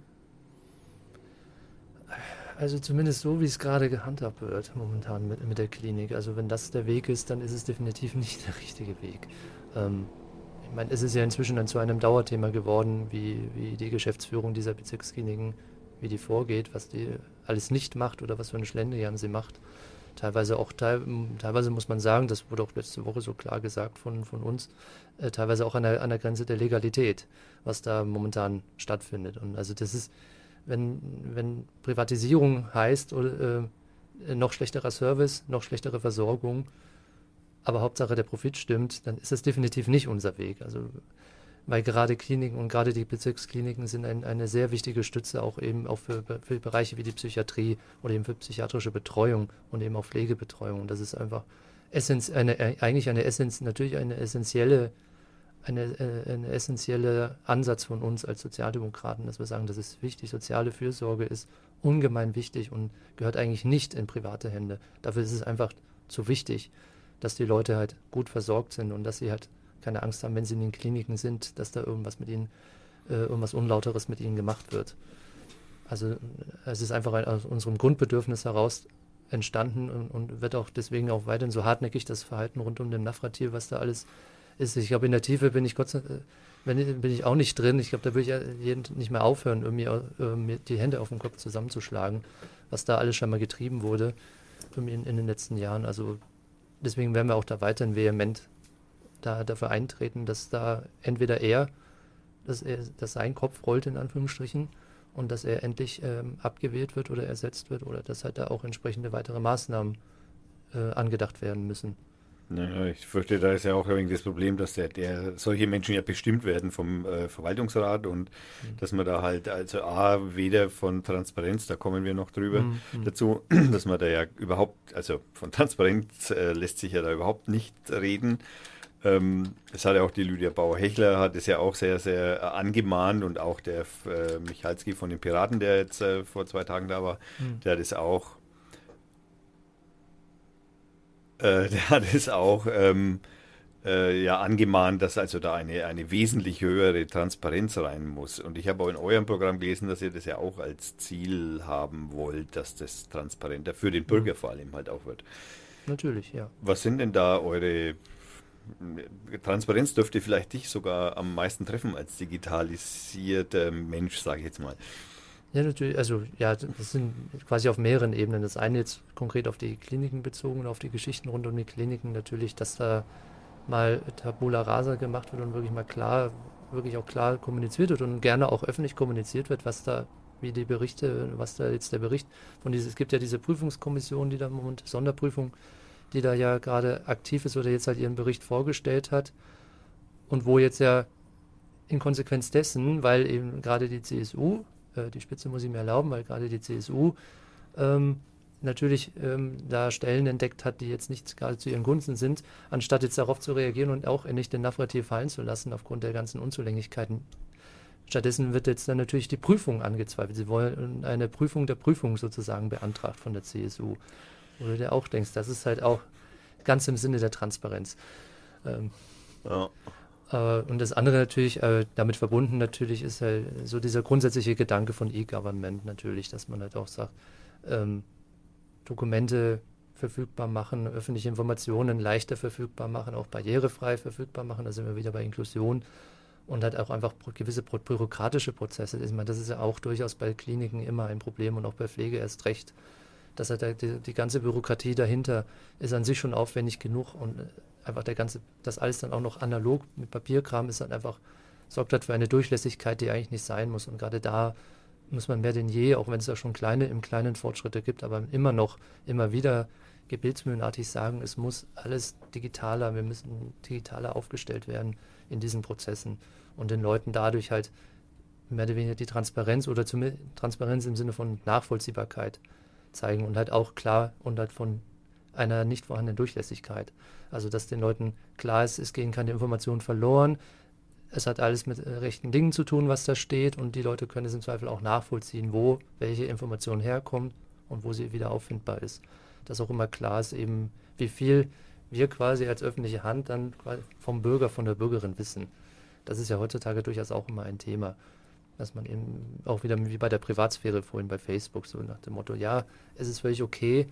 Also zumindest so, wie es gerade gehandhabt wird momentan mit, mit der Klinik. Also wenn das der Weg ist, dann ist es definitiv nicht der richtige Weg. Ähm, ich meine, es ist ja inzwischen dann zu einem Dauerthema geworden, wie, wie die Geschäftsführung dieser Bezirkskliniken, wie die vorgeht, was die alles nicht macht oder was für eine Schlendrian sie macht. Teilweise auch, teil, teilweise muss man sagen, das wurde auch letzte Woche so klar gesagt von, von uns, äh, teilweise auch an der, an der Grenze der Legalität, was da momentan stattfindet. Und also das ist, wenn, wenn Privatisierung heißt, oder, äh, noch schlechterer Service, noch schlechtere Versorgung, aber Hauptsache der Profit stimmt, dann ist das definitiv nicht unser Weg. Also weil gerade Kliniken und gerade die Bezirkskliniken sind ein, eine sehr wichtige Stütze auch eben auch für, für Bereiche wie die Psychiatrie oder eben für psychiatrische Betreuung und eben auch Pflegebetreuung. Und das ist einfach essenz, eine, eigentlich eine Essenz, natürlich eine essentielle, eine, eine essentielle Ansatz von uns als Sozialdemokraten, dass wir sagen, das ist wichtig. Soziale Fürsorge ist ungemein wichtig und gehört eigentlich nicht in private Hände. Dafür ist es einfach zu wichtig, dass die Leute halt gut versorgt sind und dass sie halt keine Angst haben, wenn sie in den Kliniken sind, dass da irgendwas mit ihnen, äh, irgendwas Unlauteres mit ihnen gemacht wird. Also es ist einfach ein, aus unserem Grundbedürfnis heraus entstanden und, und wird auch deswegen auch weiterhin so hartnäckig das Verhalten rund um den Nafratil, was da alles ist. Ich glaube, in der Tiefe bin ich Gott sei Dank, wenn, bin ich auch nicht drin. Ich glaube, da würde ich ja jeden nicht mehr aufhören, irgendwie äh, mir die Hände auf den Kopf zusammenzuschlagen, was da alles schon mal getrieben wurde in, in den letzten Jahren. Also deswegen werden wir auch da weiterhin vehement da, dafür eintreten, dass da entweder er, dass, er, dass sein Kopf rollt in Anführungsstrichen und dass er endlich ähm, abgewählt wird oder ersetzt wird oder dass halt da auch entsprechende weitere Maßnahmen äh, angedacht werden müssen. Naja, ich fürchte, da ist ja auch das Problem, dass der, der solche Menschen ja bestimmt werden vom äh, Verwaltungsrat und mhm. dass man da halt, also A, weder von Transparenz, da kommen wir noch drüber mhm. dazu, dass man da ja überhaupt, also von Transparenz äh, lässt sich ja da überhaupt nicht reden. Ähm, das hat ja auch die Lydia Bauer-Hechler, hat es ja auch sehr, sehr äh, angemahnt und auch der äh, Michalski von den Piraten, der jetzt äh, vor zwei Tagen da war, mhm. der hat es auch Äh, der hat es auch ähm, äh, ja, angemahnt, dass also da eine, eine wesentlich höhere Transparenz rein muss. Und ich habe auch in eurem Programm gelesen, dass ihr das ja auch als Ziel haben wollt, dass das transparenter für den Bürger vor allem halt auch wird. Natürlich, ja. Was sind denn da eure... Transparenz dürfte vielleicht dich sogar am meisten treffen als digitalisierter Mensch, sage ich jetzt mal. Ja, natürlich, also ja, das sind quasi auf mehreren Ebenen. Das eine jetzt konkret auf die Kliniken bezogen, auf die Geschichten rund um die Kliniken natürlich, dass da mal Tabula Rasa gemacht wird und wirklich mal klar, wirklich auch klar kommuniziert wird und gerne auch öffentlich kommuniziert wird, was da, wie die Berichte, was da jetzt der Bericht von dieses, es gibt ja diese Prüfungskommission, die da im Moment, Sonderprüfung, die da ja gerade aktiv ist oder jetzt halt ihren Bericht vorgestellt hat und wo jetzt ja in Konsequenz dessen, weil eben gerade die C S U, die Spitze muss ich mir erlauben, weil gerade die C S U ähm, natürlich ähm, da Stellen entdeckt hat, die jetzt nicht gerade zu ihren Gunsten sind, anstatt jetzt darauf zu reagieren und auch nicht den Navratil fallen zu lassen aufgrund der ganzen Unzulänglichkeiten. Stattdessen wird jetzt dann natürlich die Prüfung angezweifelt. Sie wollen eine Prüfung der Prüfung sozusagen beantragt von der C S U. Wo du dir auch denkst, das ist halt auch ganz im Sinne der Transparenz. Ähm, ja. Uh, und das andere natürlich, uh, damit verbunden natürlich ist halt so dieser grundsätzliche Gedanke von E-Government natürlich, dass man halt auch sagt, ähm, Dokumente verfügbar machen, öffentliche Informationen leichter verfügbar machen, auch barrierefrei verfügbar machen, da sind wir wieder bei Inklusion und halt auch einfach gewisse bürokratische Prozesse. Ich meine, das ist ja auch durchaus bei Kliniken immer ein Problem und auch bei Pflege erst recht, dass halt die, die ganze Bürokratie dahinter ist an sich schon aufwendig genug und einfach der ganze, das alles dann auch noch analog mit Papierkram ist dann einfach, sorgt halt für eine Durchlässigkeit, die eigentlich nicht sein muss. Und gerade da muss man mehr denn je, auch wenn es ja schon kleine, im kleinen Fortschritte gibt, aber immer noch, immer wieder gebetsmühlenartig sagen, es muss alles digitaler, wir müssen digitaler aufgestellt werden in diesen Prozessen und den Leuten dadurch halt mehr oder weniger die Transparenz oder zumindest Transparenz im Sinne von Nachvollziehbarkeit zeigen und halt auch klar und halt von einer nicht vorhandenen Durchlässigkeit. Also dass den Leuten klar ist, es gehen keine Informationen verloren, es hat alles mit äh, rechten Dingen zu tun, was da steht und die Leute können es im Zweifel auch nachvollziehen, wo welche Information herkommt und wo sie wieder auffindbar ist. Dass auch immer klar ist eben, wie viel wir quasi als öffentliche Hand dann vom Bürger, von der Bürgerin wissen. Das ist ja heutzutage durchaus auch immer ein Thema. Dass man eben auch wieder wie bei der Privatsphäre vorhin bei Facebook, so nach dem Motto, ja, es ist völlig okay,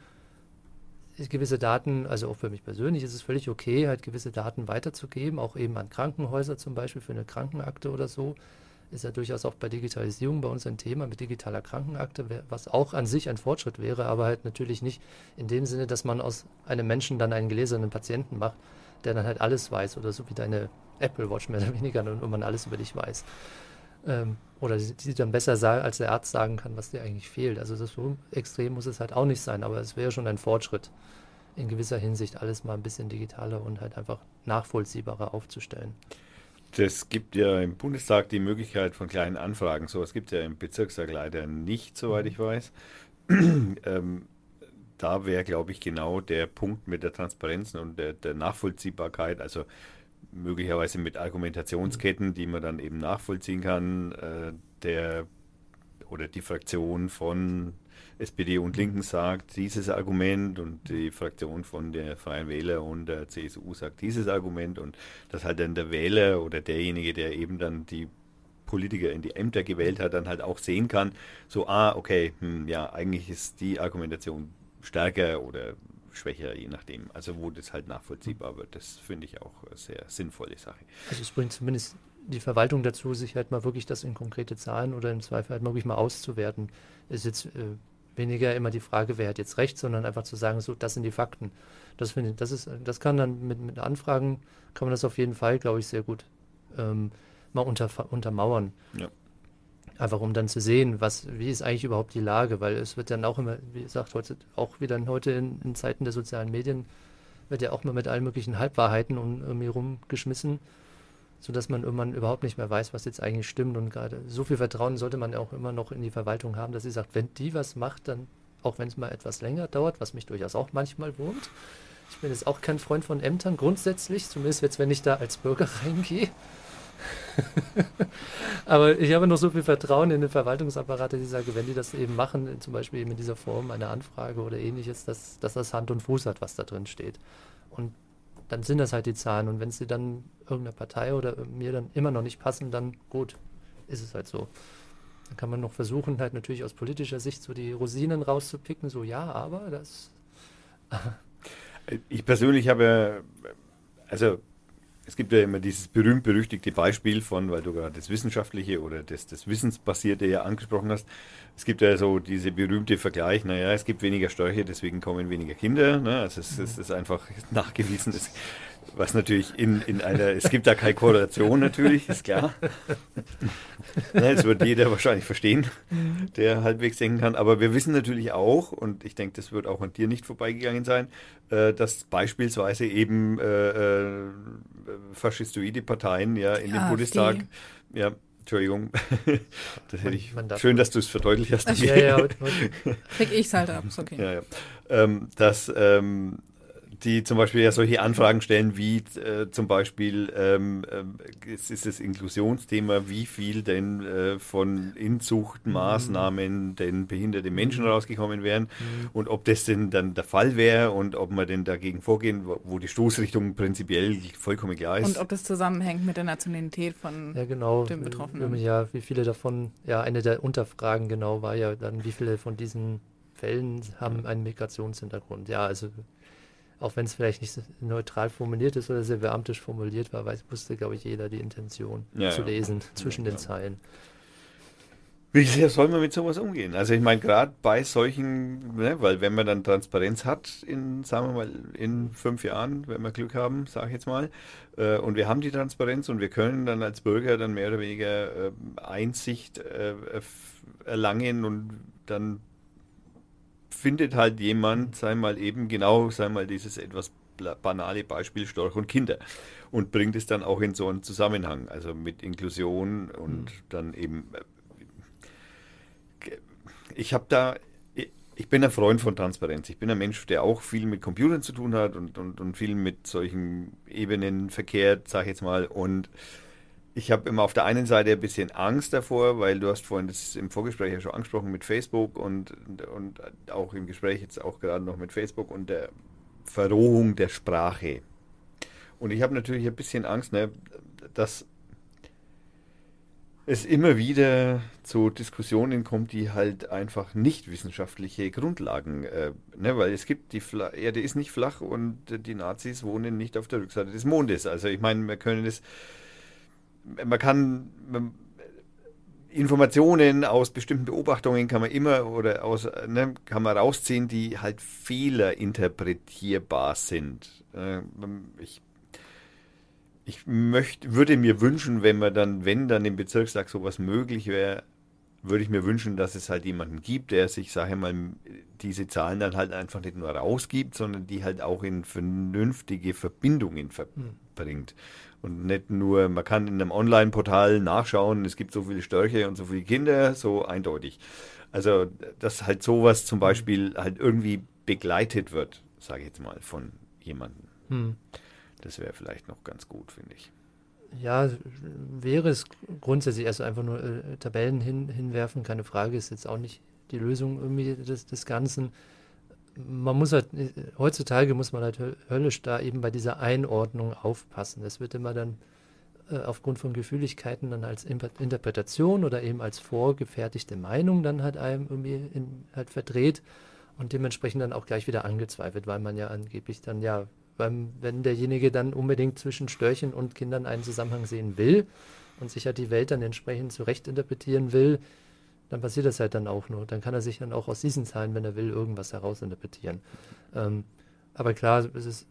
gewisse Daten, also auch für mich persönlich ist es völlig okay, halt gewisse Daten weiterzugeben, auch eben an Krankenhäuser zum Beispiel für eine Krankenakte oder so. Ist ja durchaus auch bei Digitalisierung bei uns ein Thema mit digitaler Krankenakte, was auch an sich ein Fortschritt wäre, aber halt natürlich nicht in dem Sinne, dass man aus einem Menschen dann einen gläsernen Patienten macht, der dann halt alles weiß oder so wie deine Apple Watch mehr oder weniger und man alles über dich weiß. Ähm, oder die, die dann besser sagen, als der Arzt sagen kann, was dir eigentlich fehlt. Also das so extrem muss es halt auch nicht sein, aber es wäre schon ein Fortschritt in gewisser Hinsicht, alles mal ein bisschen digitaler und halt einfach nachvollziehbarer aufzustellen. Das gibt ja im Bundestag die Möglichkeit von kleinen Anfragen. So was gibt es ja im Bezirkstag leider nicht, soweit ich weiß. ähm, da wäre, glaube ich, genau der Punkt mit der Transparenz und der, der Nachvollziehbarkeit, also möglicherweise mit Argumentationsketten, die man dann eben nachvollziehen kann, äh, der oder die Fraktion von S P D und Linken sagt dieses Argument und die Fraktion von der Freien Wähler und der C S U sagt dieses Argument und dass halt dann der Wähler oder derjenige, der eben dann die Politiker in die Ämter gewählt hat, dann halt auch sehen kann, so, ah, okay, hm, ja, eigentlich ist die Argumentation stärker oder schwächer, je nachdem. Also wo das halt nachvollziehbar wird, das finde ich auch eine sehr sinnvolle Sache. Also es bringt zumindest die Verwaltung dazu, sich halt mal wirklich das in konkrete Zahlen oder im Zweifel halt wirklich mal auszuwerten. Ist jetzt, äh, weniger immer die Frage, wer hat jetzt recht, sondern einfach zu sagen, so, das sind die Fakten. Das finde ich, das ist, das kann dann mit, mit Anfragen, kann man das auf jeden Fall, glaube ich, sehr gut ähm, mal unter, untermauern. Ja. Einfach um dann zu sehen, was, wie ist eigentlich überhaupt die Lage, weil es wird dann auch immer, wie gesagt, heute, auch wieder heute in, in Zeiten der sozialen Medien, wird ja auch mal mit allen möglichen Halbwahrheiten um, irgendwie rumgeschmissen, sodass man irgendwann überhaupt nicht mehr weiß, was jetzt eigentlich stimmt. Und gerade so viel Vertrauen sollte man auch immer noch in die Verwaltung haben, dass sie sagt, wenn die was macht, dann, auch wenn es mal etwas länger dauert, was mich durchaus auch manchmal wurmt. Ich bin jetzt auch kein Freund von Ämtern grundsätzlich, zumindest jetzt, wenn ich da als Bürger reingehe. Aber ich habe noch so viel Vertrauen in den Verwaltungsapparat, dass ich sage, wenn die das eben machen, zum Beispiel eben in dieser Form, eine Anfrage oder ähnliches, dass, dass das Hand und Fuß hat, was da drin steht. Und dann sind das halt die Zahlen. Und wenn sie dann irgendeiner Partei oder mir dann immer noch nicht passen, dann gut, ist es halt so. Dann kann man noch versuchen, halt natürlich aus politischer Sicht so die Rosinen rauszupicken, so ja, aber das... Ich persönlich habe, also es gibt ja immer dieses berühmt-berüchtigte Beispiel von, weil du gerade das Wissenschaftliche oder das, das Wissensbasierte ja angesprochen hast, es gibt ja so diese berühmte Vergleich, naja, es gibt weniger Störche, deswegen kommen weniger Kinder, ne? Also es, es ist einfach nachgewiesen, ist, was natürlich in, in einer, es gibt da keine Korrelation natürlich, ist klar. Ne, das wird jeder wahrscheinlich verstehen, der halbwegs denken kann, aber wir wissen natürlich auch, und ich denke, das wird auch an dir nicht vorbeigegangen sein, äh, dass beispielsweise eben äh, äh, faschistoide Parteien ja in dem Bundestag, ja, Entschuldigung, das hätte ich, schön, dass du es verdeutlicht hast. Ja, ja, heute, heute. Krieg ich's halt ab, ist okay. Ja, ja. Ähm, dass ähm, die zum Beispiel ja solche Anfragen stellen, wie äh, zum Beispiel, ähm, äh, es ist das Inklusionsthema, wie viel denn äh, von Inzuchtmaßnahmen mhm. denn behinderte Menschen mhm. rausgekommen wären mhm. und ob das denn dann der Fall wäre und ob man denn dagegen vorgehen, wo, wo die Stoßrichtung prinzipiell vollkommen klar ist. Und ob das zusammenhängt mit der Nationalität von ja, genau, den Betroffenen. Ja, wie viele davon, ja, eine der Unterfragen genau war ja dann, wie viele von diesen Fällen haben einen Migrationshintergrund. Ja, also auch wenn es vielleicht nicht neutral formuliert ist oder sehr beamtisch formuliert war, weiß, wusste, glaube ich, jeder die Intention ja, zu lesen ja. zwischen ja, den ja. Zeilen. Wie sehr soll man mit sowas umgehen? Also ich meine, gerade bei solchen, ne, weil wenn man dann Transparenz hat in, sagen wir mal, in fünf Jahren, wenn wir Glück haben, sage ich jetzt mal, äh, und wir haben die Transparenz und wir können dann als Bürger dann mehr oder weniger äh, Einsicht äh, erlangen und dann findet halt jemand, sei mal eben genau, sei mal dieses etwas banale Beispiel Storch und Kinder und bringt es dann auch in so einen Zusammenhang, also mit Inklusion und mhm. dann eben, ich habe da, ich bin ein Freund von Transparenz, ich bin ein Mensch, der auch viel mit Computern zu tun hat und, und, und viel mit solchen Ebenen verkehrt, sage ich jetzt mal, und ich habe immer auf der einen Seite ein bisschen Angst davor, weil du hast vorhin das im Vorgespräch ja schon angesprochen mit Facebook und, und auch im Gespräch jetzt auch gerade noch mit Facebook und der Verrohung der Sprache. Und ich habe natürlich ein bisschen Angst, ne, dass es immer wieder zu Diskussionen kommt, die halt einfach nicht wissenschaftliche Grundlagen, äh, ne, weil es gibt, die Fla- Erde ist nicht flach und die Nazis wohnen nicht auf der Rückseite des Mondes. Also ich meine, wir können das Man kann Informationen aus bestimmten Beobachtungen kann man immer oder aus ne, kann man rausziehen, die halt fehlerinterpretierbar sind. Ich, ich möchte, würde mir wünschen, wenn man dann, wenn dann im Bezirkstag sowas möglich wäre, würde ich mir wünschen, dass es halt jemanden gibt, der sich, sage ich mal, diese Zahlen dann halt einfach nicht nur rausgibt, sondern die halt auch in vernünftige Verbindungen verbringt. Und nicht nur, man kann in einem Online-Portal nachschauen, es gibt so viele Störche und so viele Kinder, so eindeutig. Also, dass halt sowas zum Beispiel halt irgendwie begleitet wird, sage ich jetzt mal, von jemandem. Hm. Das wäre vielleicht noch ganz gut, finde ich. Ja, wäre es grundsätzlich erst einfach nur äh, Tabellen hin, hinwerfen, keine Frage, ist jetzt auch nicht die Lösung irgendwie des, des Ganzen. Man muss halt, heutzutage muss man halt höllisch da eben bei dieser Einordnung aufpassen. Das wird immer dann äh, aufgrund von Gefühligkeiten dann als Interpretation oder eben als vorgefertigte Meinung dann halt einem irgendwie in, halt verdreht und dementsprechend dann auch gleich wieder angezweifelt, weil man ja angeblich dann ja, weil, wenn derjenige dann unbedingt zwischen Störchen und Kindern einen Zusammenhang sehen will und sich ja die Welt dann entsprechend zurecht interpretieren will, dann passiert das halt dann auch nur. Dann kann er sich dann auch aus diesen Zahlen, wenn er will, irgendwas herausinterpretieren. Ähm, aber klar, es ist,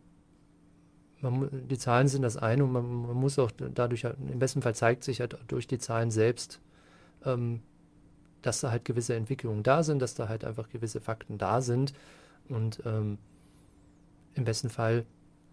man, die Zahlen sind das eine und man, man muss auch dadurch, halt, im besten Fall zeigt sich halt durch die Zahlen selbst, ähm, dass da halt gewisse Entwicklungen da sind, dass da halt einfach gewisse Fakten da sind und ähm, im besten Fall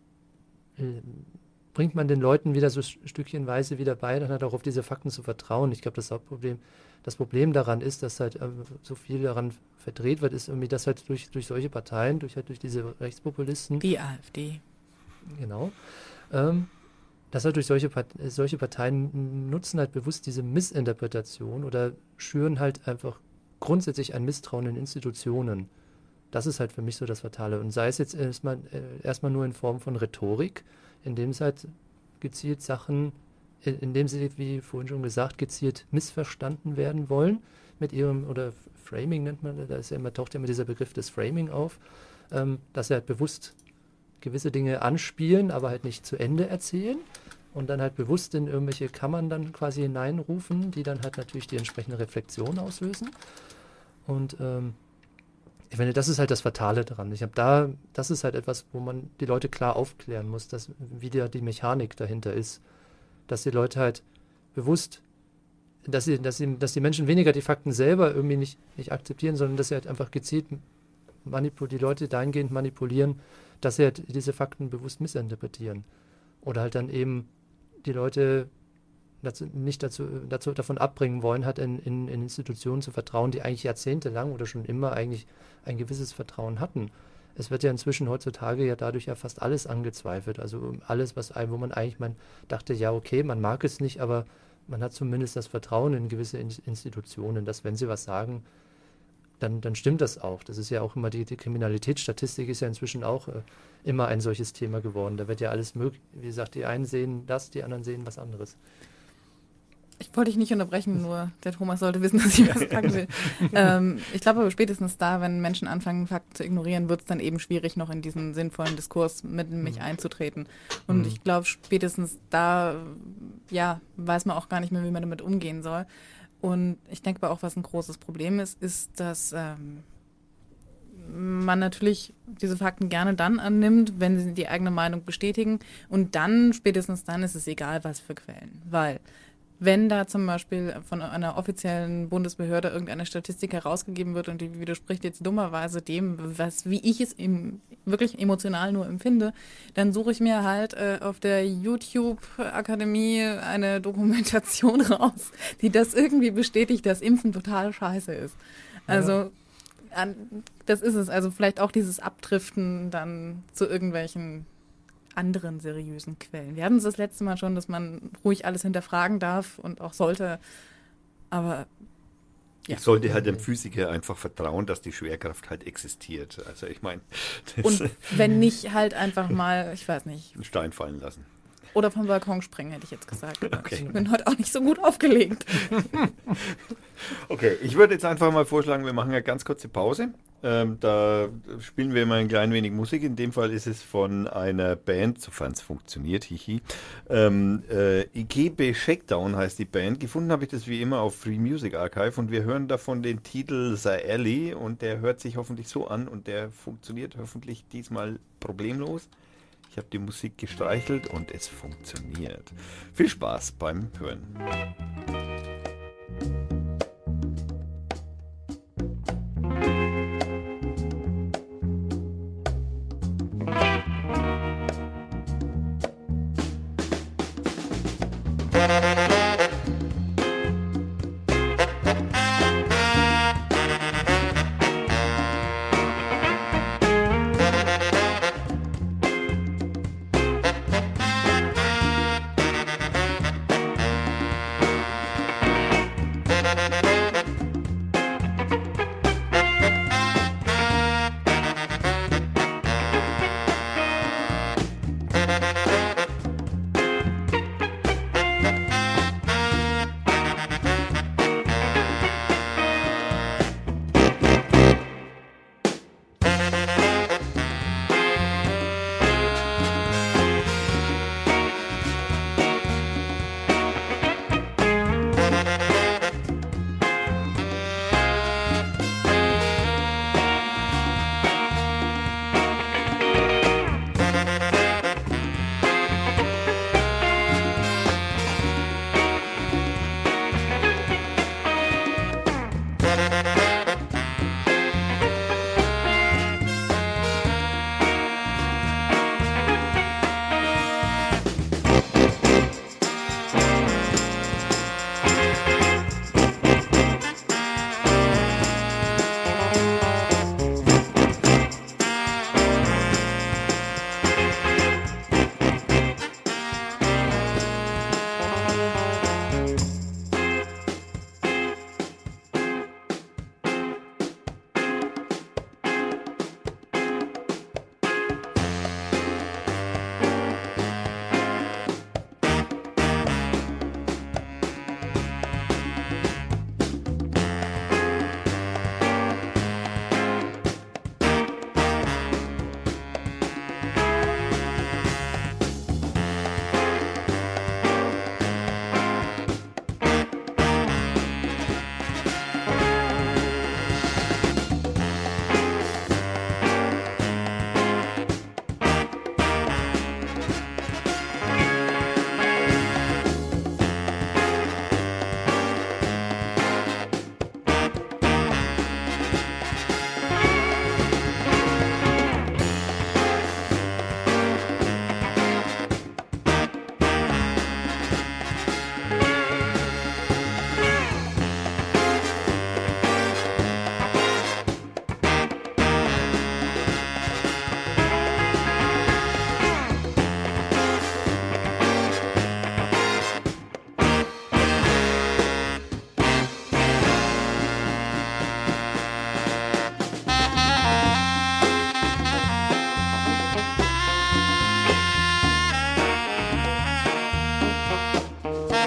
äh, bringt man den Leuten wieder so stückchenweise wieder bei, dann halt auch auf diese Fakten zu vertrauen. Ich glaube, das Hauptproblem, das Problem daran ist, dass halt ähm, so viel daran verdreht wird, ist irgendwie, dass halt durch, durch solche Parteien, durch halt durch diese Rechtspopulisten. Die AfD. Genau. Ähm, dass halt durch solche, Part solche Parteien nutzen halt bewusst diese Missinterpretation oder schüren halt einfach grundsätzlich ein Misstrauen in Institutionen. Das ist halt für mich so das Fatale. Und sei es jetzt erstmal, äh, erstmal nur in Form von Rhetorik, indem es halt gezielt Sachen, in, indem sie, wie vorhin schon gesagt, gezielt missverstanden werden wollen mit ihrem, oder Framing nennt man, da ist ja immer, taucht ja immer dieser Begriff des Framing auf, ähm, dass sie halt bewusst gewisse Dinge anspielen, aber halt nicht zu Ende erzählen und dann halt bewusst in irgendwelche Kammern dann quasi hineinrufen, die dann halt natürlich die entsprechende Reflexion auslösen. Und ähm, ich finde, das ist halt das Fatale daran. Ich habe da, das ist halt etwas, wo man die Leute klar aufklären muss, dass, wie da die Mechanik dahinter ist. Dass die Leute halt bewusst, dass sie, dass sie, dass die Menschen weniger die Fakten selber irgendwie nicht, nicht akzeptieren, sondern dass sie halt einfach gezielt manipul- die Leute dahingehend manipulieren, dass sie halt diese Fakten bewusst missinterpretieren. Oder halt dann eben die Leute dazu, nicht dazu, dazu davon abbringen wollen, hat in, in, in Institutionen zu vertrauen, die eigentlich jahrzehntelang oder schon immer eigentlich ein gewisses Vertrauen hatten. Es wird ja inzwischen heutzutage ja dadurch ja fast alles angezweifelt. Also alles, was ein, wo man eigentlich man dachte, ja okay, man mag es nicht, aber man hat zumindest das Vertrauen in gewisse in Institutionen, dass wenn sie was sagen, Dann, dann stimmt das auch. Das ist ja auch immer, die, die Kriminalitätsstatistik ist ja inzwischen auch äh, immer ein solches Thema geworden. Da wird ja alles möglich, wie gesagt, die einen sehen das, die anderen sehen was anderes. Ich wollte dich nicht unterbrechen, nur der Thomas sollte wissen, dass ich was sagen will. ähm, ich glaube aber spätestens da, wenn Menschen anfangen, Fakten zu ignorieren, wird es dann eben schwierig, noch in diesen sinnvollen Diskurs mit mich mhm. einzutreten. Und mhm. ich glaube, spätestens da, ja, weiß man auch gar nicht mehr, wie man damit umgehen soll. Und ich denke aber auch, was ein großes Problem ist, ist, dass ähm, man natürlich diese Fakten gerne dann annimmt, wenn sie die eigene Meinung bestätigen. Und dann, spätestens dann, ist es egal, was für Quellen. Weil wenn da zum Beispiel von einer offiziellen Bundesbehörde irgendeine Statistik herausgegeben wird und die widerspricht jetzt dummerweise dem, was, wie ich es im, wirklich emotional nur empfinde, dann suche ich mir halt äh, auf der YouTube-Akademie eine Dokumentation raus, die das irgendwie bestätigt, dass Impfen total scheiße ist. Also ja. an, das ist es. Also vielleicht auch dieses Abdriften dann zu irgendwelchen anderen seriösen Quellen. Wir hatten es das letzte Mal schon, dass man ruhig alles hinterfragen darf und auch sollte, aber ja. Ich sollte halt dem Physiker einfach vertrauen, dass die Schwerkraft halt existiert. Also ich meine... Und wenn nicht, halt einfach mal, ich weiß nicht... einen Stein fallen lassen. Oder vom Balkon springen, hätte ich jetzt gesagt. Okay. Ich bin heute auch nicht so gut aufgelegt. Okay, ich würde jetzt einfach mal vorschlagen, wir machen eine ganz kurze Pause. Ähm, da spielen wir mal ein klein wenig Musik. In dem Fall ist es von einer Band, sofern es funktioniert, hihi. Ähm, äh, Ikebe Shakedown heißt die Band. Gefunden habe ich das wie immer auf Free Music Archive und wir hören davon den Titel Saeli und der hört sich hoffentlich so an und der funktioniert hoffentlich diesmal problemlos. Ich habe die Musik gestreichelt und es funktioniert. Viel Spaß beim Hören.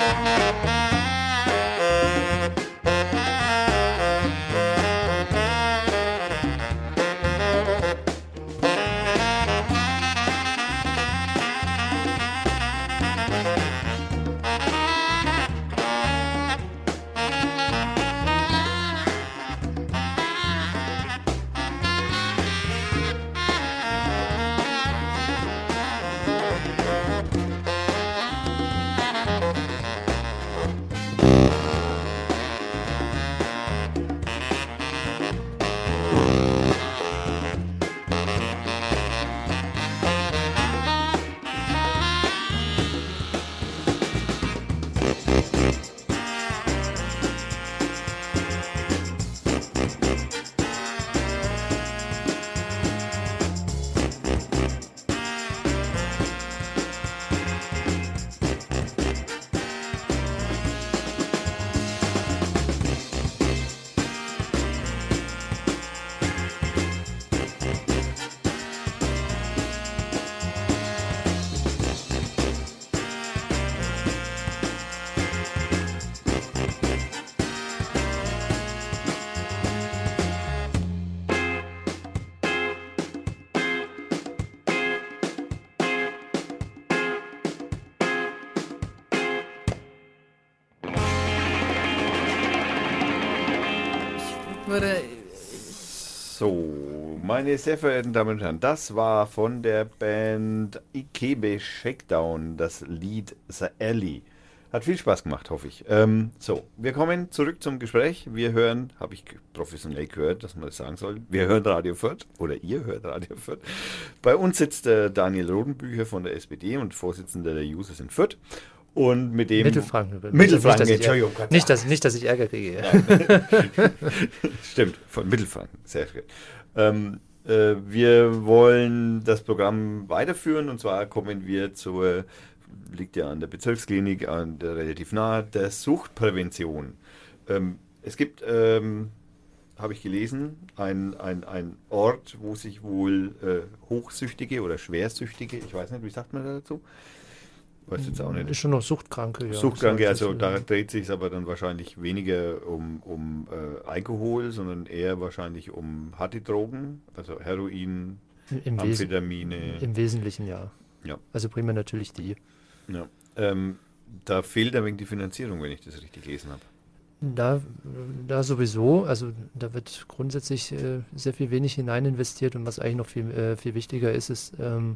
Würde So, meine sehr verehrten Damen und Herren, das war von der Band Ikebe Shakedown das Lied The Alley. Hat viel Spaß gemacht, hoffe ich. Ähm, so, wir kommen zurück zum Gespräch. Wir hören, habe ich professionell gehört, dass man das sagen soll, wir hören Radio Fürth oder ihr hört Radio Fürth. Bei uns sitzt äh, Daniel Rodenbücher von der S P D und Vorsitzender der Users in Fürth. Und mit dem Mittelfranken. Mittelfranken, nicht, dass ich, Entschuldigung. nicht, dass, nicht, dass ich Ärger kriege. Ja. Stimmt, von Mittelfranken, sehr schön. Ähm, äh, wir wollen das Programm weiterführen und zwar kommen wir zur, liegt ja an der Bezirksklinik, an der, relativ nahe, der Suchtprävention. Ähm, es gibt, ähm, habe ich gelesen, ein, ein, ein Ort, wo sich wohl äh, Hochsüchtige oder Schwersüchtige, ich weiß nicht, wie sagt man dazu? Weiß jetzt auch nicht. Ist schon noch Suchtkranke, ja. Suchtkranke, also da dreht sich aber dann wahrscheinlich weniger um, um äh, Alkohol, sondern eher wahrscheinlich um harte Drogen, also Heroin, Im Amphetamine. Wes Im Wesentlichen ja. Ja. Also primär natürlich die. Ja. Ähm, da fehlt ein wenig die Finanzierung, wenn ich das richtig gelesen habe. Da, da sowieso, also da wird grundsätzlich äh, sehr viel wenig hinein investiert und was eigentlich noch viel, äh, viel wichtiger ist, ist ähm,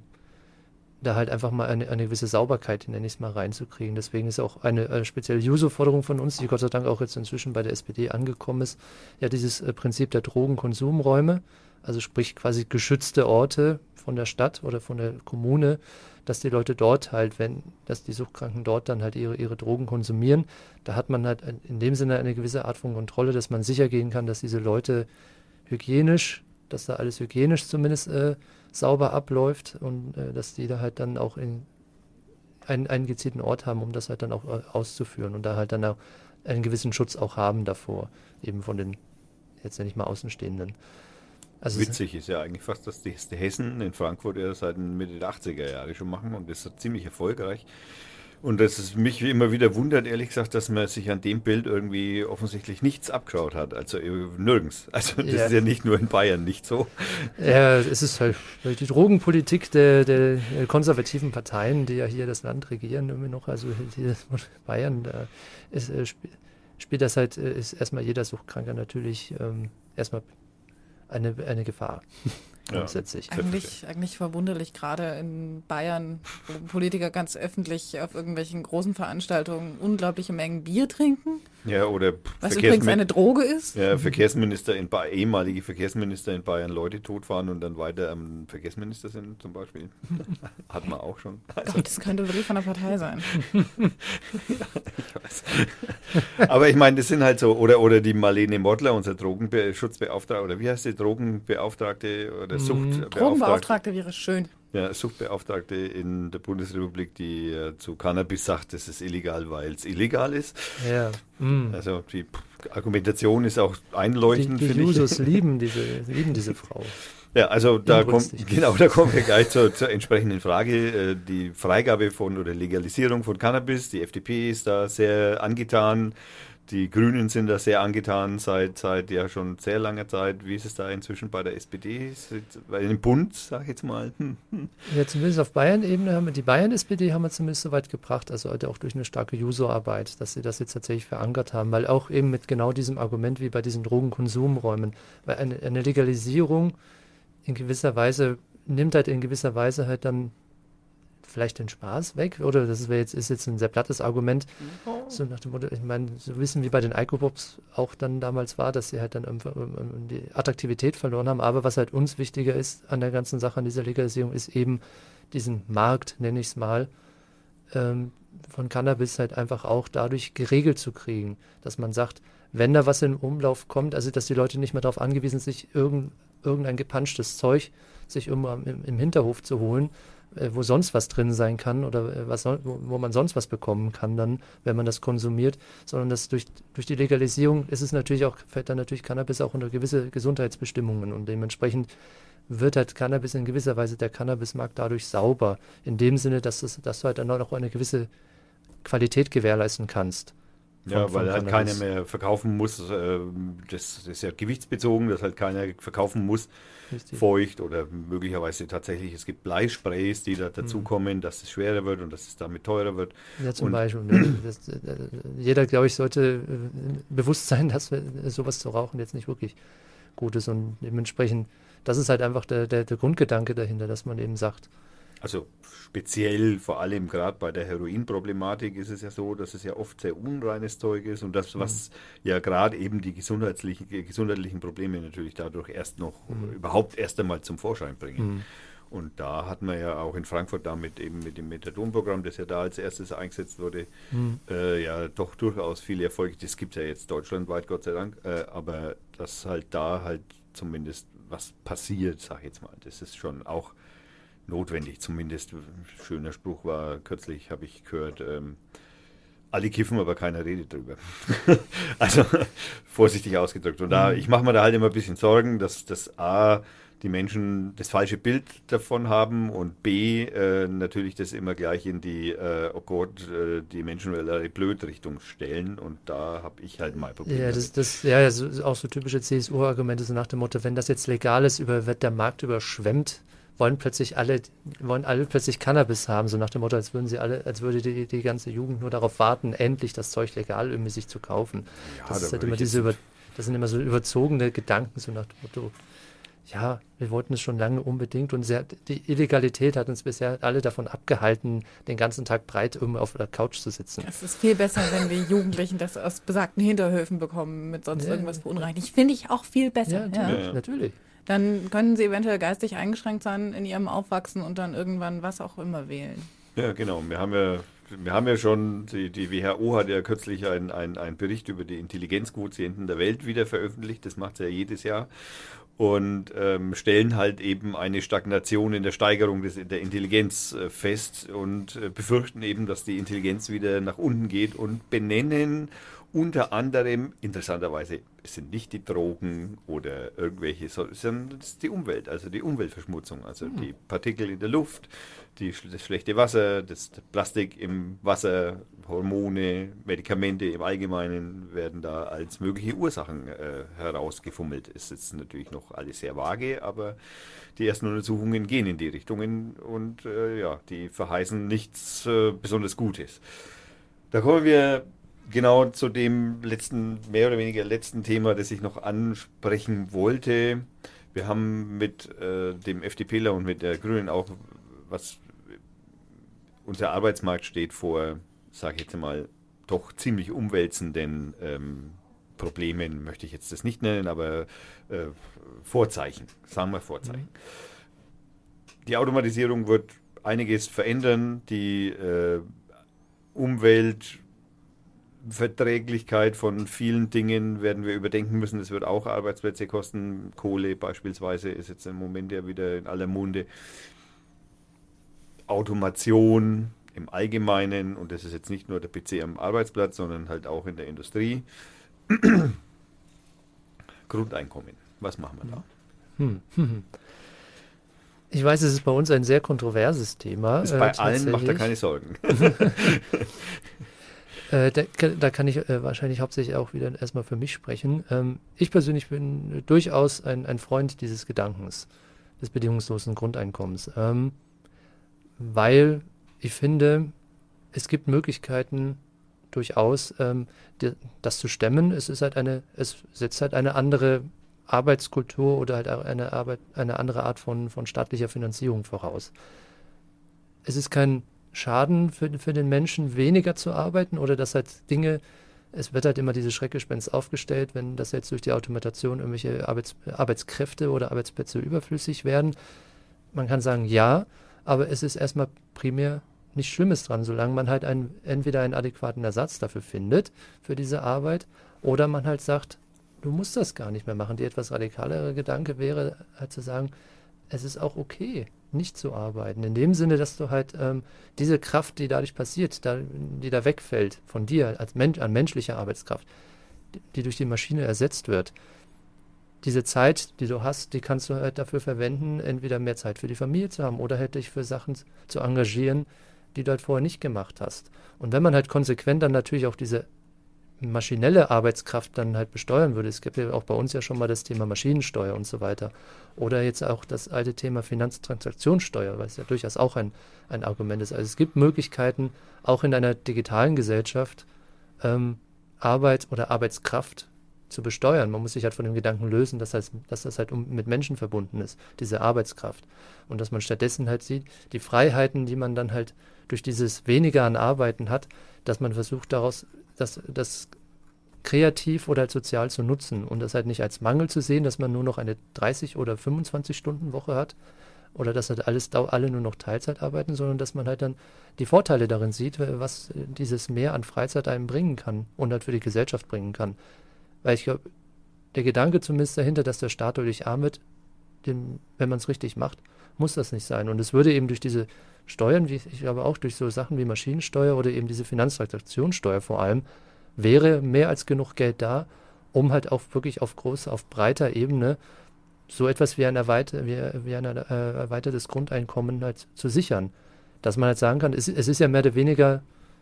da halt einfach mal eine, eine gewisse Sauberkeit, nenne ich es mal, reinzukriegen. Deswegen ist auch eine, eine spezielle Juso-Forderung von uns, die Gott sei Dank auch jetzt inzwischen bei der S P D angekommen ist, ja dieses äh, Prinzip der Drogenkonsumräume, also sprich quasi geschützte Orte von der Stadt oder von der Kommune, dass die Leute dort halt, wenn, dass die Suchtkranken dort dann halt ihre, ihre Drogen konsumieren, da hat man halt in dem Sinne eine gewisse Art von Kontrolle, dass man sicher gehen kann, dass diese Leute hygienisch, dass da alles hygienisch zumindest äh, sauber abläuft und äh, dass die da halt dann auch in einen, einen gezielten Ort haben, um das halt dann auch äh, auszuführen und da halt dann auch einen gewissen Schutz auch haben davor, eben von den, jetzt nenne ich mal, Außenstehenden. Also Witzig ist ja eigentlich fast, dass die Hessen in Frankfurt ja seit Mitte der achtziger Jahre schon machen und das ist ziemlich erfolgreich. Und dass es mich immer wieder wundert, ehrlich gesagt, dass man sich an dem Bild irgendwie offensichtlich nichts abgeschaut hat. Also nirgends. Also das ja. ist ja nicht nur in Bayern nicht so. Ja, es ist halt die Drogenpolitik der, der konservativen Parteien, die ja hier das Land regieren, irgendwie noch. Also hier Bayern, da ist, äh, sp spielt das halt, ist erstmal jeder Suchtkranker natürlich ähm, erstmal eine, eine Gefahr. Grundsätzlich. Ja, eigentlich, eigentlich verwunderlich, gerade in Bayern, wo Politiker ganz öffentlich auf irgendwelchen großen Veranstaltungen unglaubliche Mengen Bier trinken. Ja, oder was übrigens eine Droge ist. Ja, Verkehrsminister in ba ehemalige Verkehrsminister in Bayern Leute totfahren und dann weiter am Verkehrsminister sind zum Beispiel. Hat man auch schon. Also. Gott, das könnte wirklich von der Partei sein. Ja, ich weiß. Aber ich meine, das sind halt so, oder, oder die Marlene Mottler, unser Drogenschutzbeauftragte, oder wie heißt die, Drogenbeauftragte oder Suchtbeauftragte? Drogenbeauftragte wäre schön. Ja, Suchtbeauftragte in der Bundesrepublik, die äh, zu Cannabis sagt, das ist illegal, weil es illegal ist. Ja. Mm. Also die Argumentation ist auch einleuchtend, Die, die finde ich. Users lieben diese, lieben diese Frau. Ja, also da kommt, genau, da kommen wir gleich zur, zur entsprechenden Frage. Die Freigabe von oder Legalisierung von Cannabis. Die F D P ist da sehr angetan. Die Grünen sind da sehr angetan seit, seit ja schon sehr langer Zeit. Wie ist es da inzwischen bei der S P D? Bei dem Bund, sag ich jetzt mal. Hm, hm. Ja, zumindest auf Bayern-Ebene haben wir die Bayern-S P D haben wir zumindest so weit gebracht, also heute auch durch eine starke Juso-Arbeit, dass sie das jetzt tatsächlich verankert haben, weil auch eben mit genau diesem Argument wie bei diesen Drogenkonsumräumen, weil eine, eine Legalisierung in gewisser Weise nimmt halt in gewisser Weise halt dann vielleicht den Spaß weg, oder das ist jetzt, ist jetzt ein sehr plattes Argument, so nach dem Motto, ich meine, so wissen wie bei den Alkopops auch dann damals war, dass sie halt dann irgendwie die Attraktivität verloren haben, aber was halt uns wichtiger ist an der ganzen Sache, an dieser Legalisierung, ist eben diesen Markt, nenne ich es mal, ähm, von Cannabis halt einfach auch dadurch geregelt zu kriegen, dass man sagt, wenn da was in Umlauf kommt, also dass die Leute nicht mehr darauf angewiesen sind, sich irgend, irgendein gepanschtes Zeug sich irgendwo im, im Hinterhof zu holen, wo sonst was drin sein kann oder was, wo, wo man sonst was bekommen kann dann, wenn man das konsumiert, sondern dass durch, durch die Legalisierung ist es natürlich auch, fällt dann natürlich Cannabis auch unter gewisse Gesundheitsbestimmungen und dementsprechend wird halt Cannabis in gewisser Weise der Cannabismarkt dadurch sauber, in dem Sinne, dass, es, dass du halt dann auch noch eine gewisse Qualität gewährleisten kannst. Von, ja, weil halt keiner mehr verkaufen muss, äh, das, das ist ja gewichtsbezogen, dass halt keiner verkaufen muss, richtig, feucht oder möglicherweise tatsächlich, es gibt Bleisprays, die da dazukommen, mhm. dass es schwerer wird und dass es damit teurer wird. Ja, zum und Beispiel. Ne, das, jeder, glaube ich, sollte äh, bewusst sein, dass wir, sowas zu rauchen jetzt nicht wirklich gut ist und dementsprechend, das ist halt einfach der, der, der Grundgedanke dahinter, dass man eben sagt, also speziell, vor allem gerade bei der Heroinproblematik ist es ja so, dass es ja oft sehr unreines Zeug ist und das, was mhm. ja gerade eben die gesundheitlichen, gesundheitlichen Probleme natürlich dadurch erst noch, mhm. überhaupt erst einmal zum Vorschein bringen. Mhm. Und da hat man ja auch in Frankfurt damit eben mit dem Methadon-Programm, das ja da als erstes eingesetzt wurde, mhm. äh, ja doch durchaus viele Erfolge. Das gibt es ja jetzt deutschlandweit, Gott sei Dank, äh, aber dass halt da halt zumindest was passiert, sag ich jetzt mal, das ist schon auch notwendig, zumindest. Ein schöner Spruch war kürzlich, habe ich gehört, ähm, alle kiffen, aber keiner redet drüber. Also vorsichtig ausgedrückt. Und da, ich mache mir da halt immer ein bisschen Sorgen, dass das A, die Menschen das falsche Bild davon haben und B, äh, natürlich das immer gleich in die, äh, oh Gott, äh, die Menschen will eine Blöd-Richtung stellen und da habe ich halt mal Probleme. Ja, das, das, ja, das ist auch so typische C S U-Argumente, so nach dem Motto, wenn das jetzt legal ist, über, wird der Markt überschwemmt, wollen plötzlich alle, wollen alle plötzlich Cannabis haben, so nach dem Motto, als würden sie alle, als würde die, die ganze Jugend nur darauf warten, endlich das Zeug legal irgendwie sich zu kaufen. Ja, das ist halt immer diese über, das sind immer so überzogene Gedanken, so nach dem Motto, ja, wir wollten es schon lange unbedingt und sehr, die Illegalität hat uns bisher alle davon abgehalten, den ganzen Tag breit irgendwo auf der Couch zu sitzen. Es ist viel besser, wenn wir Jugendlichen das aus besagten Hinterhöfen bekommen, mit sonst ja, irgendwas verunreinigt. Finde ich auch viel besser. Ja, natürlich. Ja. natürlich. Dann können sie eventuell geistig eingeschränkt sein in ihrem Aufwachsen und dann irgendwann was auch immer wählen. Ja, genau. Wir haben ja, wir haben ja schon, die, die W H O hat ja kürzlich einen ein Bericht über die Intelligenzquotienten der Welt wieder veröffentlicht. Das macht sie ja jedes Jahr. Und ähm, stellen halt eben eine Stagnation in der Steigerung des, der Intelligenz äh, fest und äh, befürchten eben, dass die Intelligenz wieder nach unten geht und benennen unter anderem, interessanterweise, es sind nicht die Drogen oder irgendwelche, sondern es ist die Umwelt, also die Umweltverschmutzung, also mhm. die Partikel in der Luft, die, das schlechte Wasser, das Plastik im Wasser, Hormone, Medikamente im Allgemeinen werden da als mögliche Ursachen äh, herausgefummelt. Es ist natürlich noch alles sehr vage, aber die ersten Untersuchungen gehen in die Richtungen und äh, ja, die verheißen nichts äh, besonders Gutes. Da kommen wir genau zu dem letzten, mehr oder weniger letzten Thema, das ich noch ansprechen wollte. Wir haben mit äh, dem FDPler und mit der Grünen auch, was unser Arbeitsmarkt steht vor, sage ich jetzt mal, doch ziemlich umwälzenden ähm, Problemen, möchte ich jetzt das nicht nennen, aber äh, Vorzeichen, sagen wir Vorzeichen. Mhm. Die Automatisierung wird einiges verändern, die äh, Umwelt Verträglichkeit von vielen Dingen werden wir überdenken müssen. Es wird auch Arbeitsplätze kosten. Kohle beispielsweise ist jetzt im Moment ja wieder in aller Munde. Automation im Allgemeinen, und das ist jetzt nicht nur der P C am Arbeitsplatz, sondern halt auch in der Industrie. Grundeinkommen, was machen wir da? Hm. Hm. Ich weiß, es ist bei uns ein sehr kontroverses Thema. Ist bei äh, allen, macht er keine Sorgen. äh, da, da kann ich äh, wahrscheinlich hauptsächlich auch wieder erstmal für mich sprechen. Ähm, ich persönlich bin durchaus ein, ein Freund dieses Gedankens, des bedingungslosen Grundeinkommens, ähm, weil ich finde, es gibt Möglichkeiten durchaus, ähm, die, das zu stemmen. Es ist halt eine, es setzt halt eine andere Arbeitskultur oder halt eine Arbeit, eine andere Art von, von staatlicher Finanzierung voraus. Es ist kein Schaden für, für den Menschen, weniger zu arbeiten oder dass halt Dinge, es wird halt immer dieses Schreckgespenst aufgestellt, wenn das jetzt durch die Automation irgendwelche Arbeits, Arbeitskräfte oder Arbeitsplätze überflüssig werden. Man kann sagen, ja, aber es ist erstmal primär nichts Schlimmes dran, solange man halt einen, entweder einen adäquaten Ersatz dafür findet, für diese Arbeit, oder man halt sagt, du musst das gar nicht mehr machen. Die etwas radikalere Gedanke wäre halt zu sagen, es ist auch okay, nicht zu arbeiten. In dem Sinne, dass du halt ähm, diese Kraft, die dadurch passiert, da, die da wegfällt von dir als Men- an menschlicher Arbeitskraft, die, die durch die Maschine ersetzt wird, diese Zeit, die du hast, die kannst du halt dafür verwenden, entweder mehr Zeit für die Familie zu haben oder halt dich für Sachen zu engagieren, die du halt vorher nicht gemacht hast. Und wenn man halt konsequent dann natürlich auch diese maschinelle Arbeitskraft dann halt besteuern würde. Es gibt ja auch bei uns ja schon mal das Thema Maschinensteuer und so weiter. Oder jetzt auch das alte Thema Finanztransaktionssteuer, was ja durchaus auch ein, ein Argument ist. Also es gibt Möglichkeiten, auch in einer digitalen Gesellschaft ähm, Arbeit oder Arbeitskraft zu besteuern. Man muss sich halt von dem Gedanken lösen, dass, heißt, dass das halt um, mit Menschen verbunden ist, diese Arbeitskraft. Und dass man stattdessen halt sieht, die Freiheiten, die man dann halt durch dieses weniger an Arbeiten hat, dass man versucht daraus das, das kreativ oder halt sozial zu nutzen und das halt nicht als Mangel zu sehen, dass man nur noch eine dreißig- oder fünfundzwanzig-Stunden-Woche hat oder dass halt alles, alle nur noch Teilzeit arbeiten, sondern dass man halt dann die Vorteile darin sieht, was dieses Mehr an Freizeit einem bringen kann und halt für die Gesellschaft bringen kann. Weil ich glaube, der Gedanke zumindest dahinter, dass der Staat dadurch arm wird, den, wenn man es richtig macht, muss das nicht sein. Und es würde eben durch diese Steuern, wie ich glaube auch durch so Sachen wie Maschinensteuer oder eben diese Finanztransaktionssteuer vor allem, wäre mehr als genug Geld da, um halt auch wirklich auf großer, auf breiter Ebene so etwas wie ein, erweiter, wie, wie ein äh, erweitertes Grundeinkommen halt zu sichern. Dass man halt sagen kann, es, es ist ja mehr oder weniger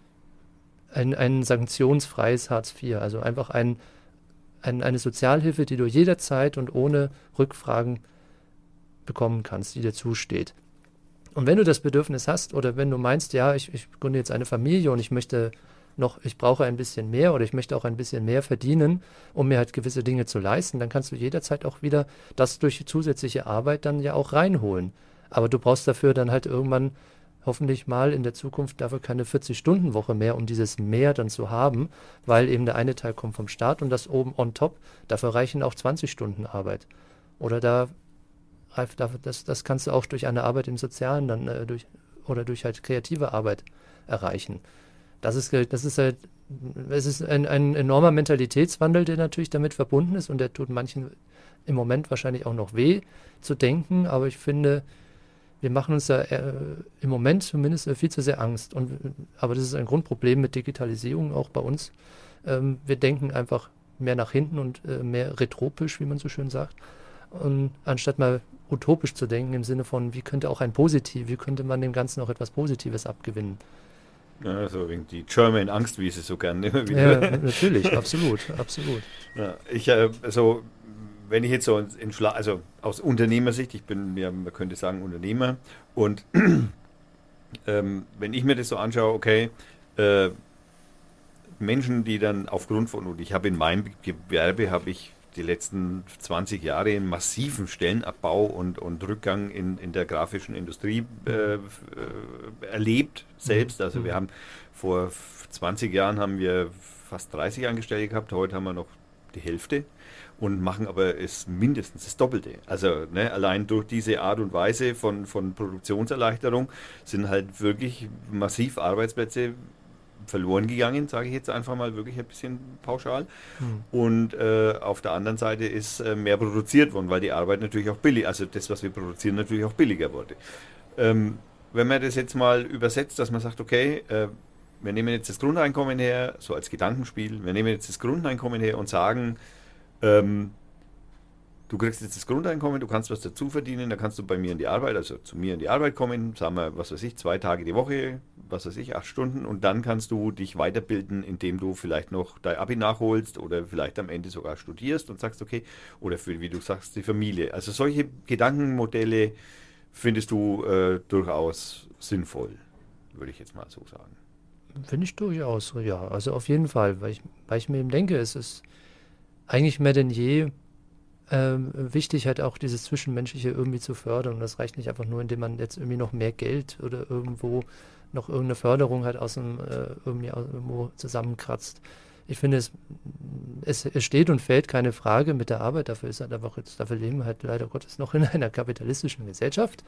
ein, ein sanktionsfreies Hartz vier, also einfach ein, ein, eine Sozialhilfe, die du jederzeit und ohne Rückfragen bekommen kannst, die dir zusteht. Und wenn du das Bedürfnis hast oder wenn du meinst, ja, ich, ich gründe jetzt eine Familie und ich möchte noch, ich brauche ein bisschen mehr oder ich möchte auch ein bisschen mehr verdienen, um mir halt gewisse Dinge zu leisten, dann kannst du jederzeit auch wieder das durch zusätzliche Arbeit dann ja auch reinholen. Aber du brauchst dafür dann halt irgendwann hoffentlich mal in der Zukunft dafür keine vierzig-Stunden-Woche mehr, um dieses Mehr dann zu haben, weil eben der eine Teil kommt vom Staat und das oben on top, dafür reichen auch zwanzig Stunden Arbeit. Oder da Das, das kannst du auch durch eine Arbeit im Sozialen dann äh, durch oder durch halt kreative Arbeit erreichen. Das ist, das ist halt, es ist ein, ein enormer Mentalitätswandel, der natürlich damit verbunden ist und der tut manchen im Moment wahrscheinlich auch noch weh zu denken, aber ich finde, wir machen uns da äh, im Moment zumindest äh, viel zu sehr Angst. Und, aber das ist ein Grundproblem mit Digitalisierung auch bei uns. Ähm, wir denken einfach mehr nach hinten und äh, mehr retropisch, wie man so schön sagt. Und anstatt mal utopisch zu denken im Sinne von, wie könnte auch ein Positiv, wie könnte man dem Ganzen auch etwas Positives abgewinnen. Ja, so wegen die German Angstwiese so gerne immer wieder. Ja, natürlich, absolut, absolut. Ja, ich, äh, also, wenn ich jetzt so in Schla also aus Unternehmersicht, ich bin, ja, man könnte sagen Unternehmer, und ähm, wenn ich mir das so anschaue, okay, äh, Menschen, die dann aufgrund von, und ich habe in meinem Gewerbe, habe ich die letzten zwanzig Jahre einen massiven Stellenabbau und, und Rückgang in, in der grafischen Industrie äh, äh, erlebt selbst. Also wir haben vor zwanzig Jahren haben wir fast dreißig Angestellte gehabt, heute haben wir noch die Hälfte und machen aber es mindestens das Doppelte. Also ne, allein durch diese Art und Weise von, von Produktionserleichterung sind halt wirklich massiv Arbeitsplätze verloren gegangen, sage ich jetzt einfach mal wirklich ein bisschen pauschal. Hm. Und äh, auf der anderen Seite ist äh, mehr produziert worden, weil die Arbeit natürlich auch billig, also das, was wir produzieren, natürlich auch billiger wurde. Ähm, wenn man das jetzt mal übersetzt, dass man sagt, okay, äh, wir nehmen jetzt das Grundeinkommen her, so als Gedankenspiel, wir nehmen jetzt das Grundeinkommen her und sagen, ähm, du kriegst jetzt das Grundeinkommen, du kannst was dazu verdienen, dann kannst du bei mir in die Arbeit, also zu mir in die Arbeit kommen, sagen wir, was weiß ich, zwei Tage die Woche, was weiß ich, acht Stunden und dann kannst du dich weiterbilden, indem du vielleicht noch dein Abi nachholst oder vielleicht am Ende sogar studierst und sagst, okay, oder für, wie du sagst, die Familie. Also solche Gedankenmodelle findest du äh, durchaus sinnvoll, würde ich jetzt mal so sagen. Finde ich durchaus, ja. Also auf jeden Fall, weil ich, weil ich mir eben denke, es ist eigentlich mehr denn je ähm, wichtig, halt auch dieses Zwischenmenschliche irgendwie zu fördern. Und das reicht nicht einfach nur, indem man jetzt irgendwie noch mehr Geld oder irgendwo noch irgendeine Förderung halt aus dem äh, irgendwie aus, irgendwo zusammenkratzt. Ich finde, es, es, es steht und fällt keine Frage mit der Arbeit. Dafür ist halt einfach jetzt, dafür leben wir halt leider Gottes noch in einer kapitalistischen Gesellschaft.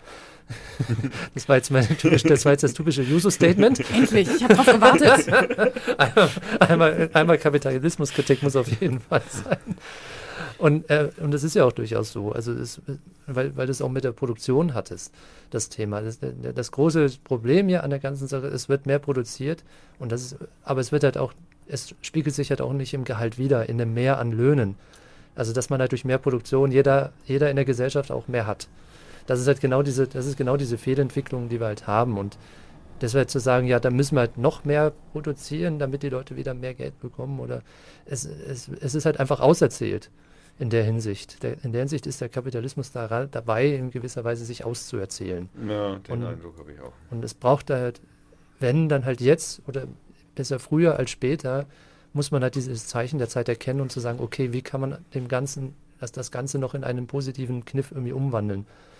Das war jetzt mein typisch, das war jetzt das typische Juso-Statement. Endlich, ich habe drauf gewartet. einmal, einmal, einmal Kapitalismuskritik muss auf jeden Fall sein. Und, äh, und das ist ja auch durchaus so, also das, weil, weil du es auch mit der Produktion hattest, das Thema. Das, das große Problem ja an der ganzen Sache, es wird mehr produziert, und das ist, aber es wird halt auch, es spiegelt sich halt auch nicht im Gehalt wider, in einem Mehr an Löhnen. Also dass man halt durch mehr Produktion jeder, jeder in der Gesellschaft auch mehr hat. Das ist halt genau diese, das ist genau diese Fehlentwicklung, die wir halt haben. Und deshalb zu sagen, ja, da müssen wir halt noch mehr produzieren, damit die Leute wieder mehr Geld bekommen, oder es, es, es ist halt einfach auserzählt. In der Hinsicht. Der, in der Hinsicht ist der Kapitalismus da, dabei, in gewisser Weise sich auszuerzählen. Ja, den und, Eindruck habe ich auch. Und es braucht da halt, wenn dann halt jetzt oder besser früher als später, muss man halt dieses Zeichen der Zeit erkennen und zu sagen, okay, wie kann man dem Ganzen, dass das Ganze noch in einen positiven Kniff irgendwie umwandeln.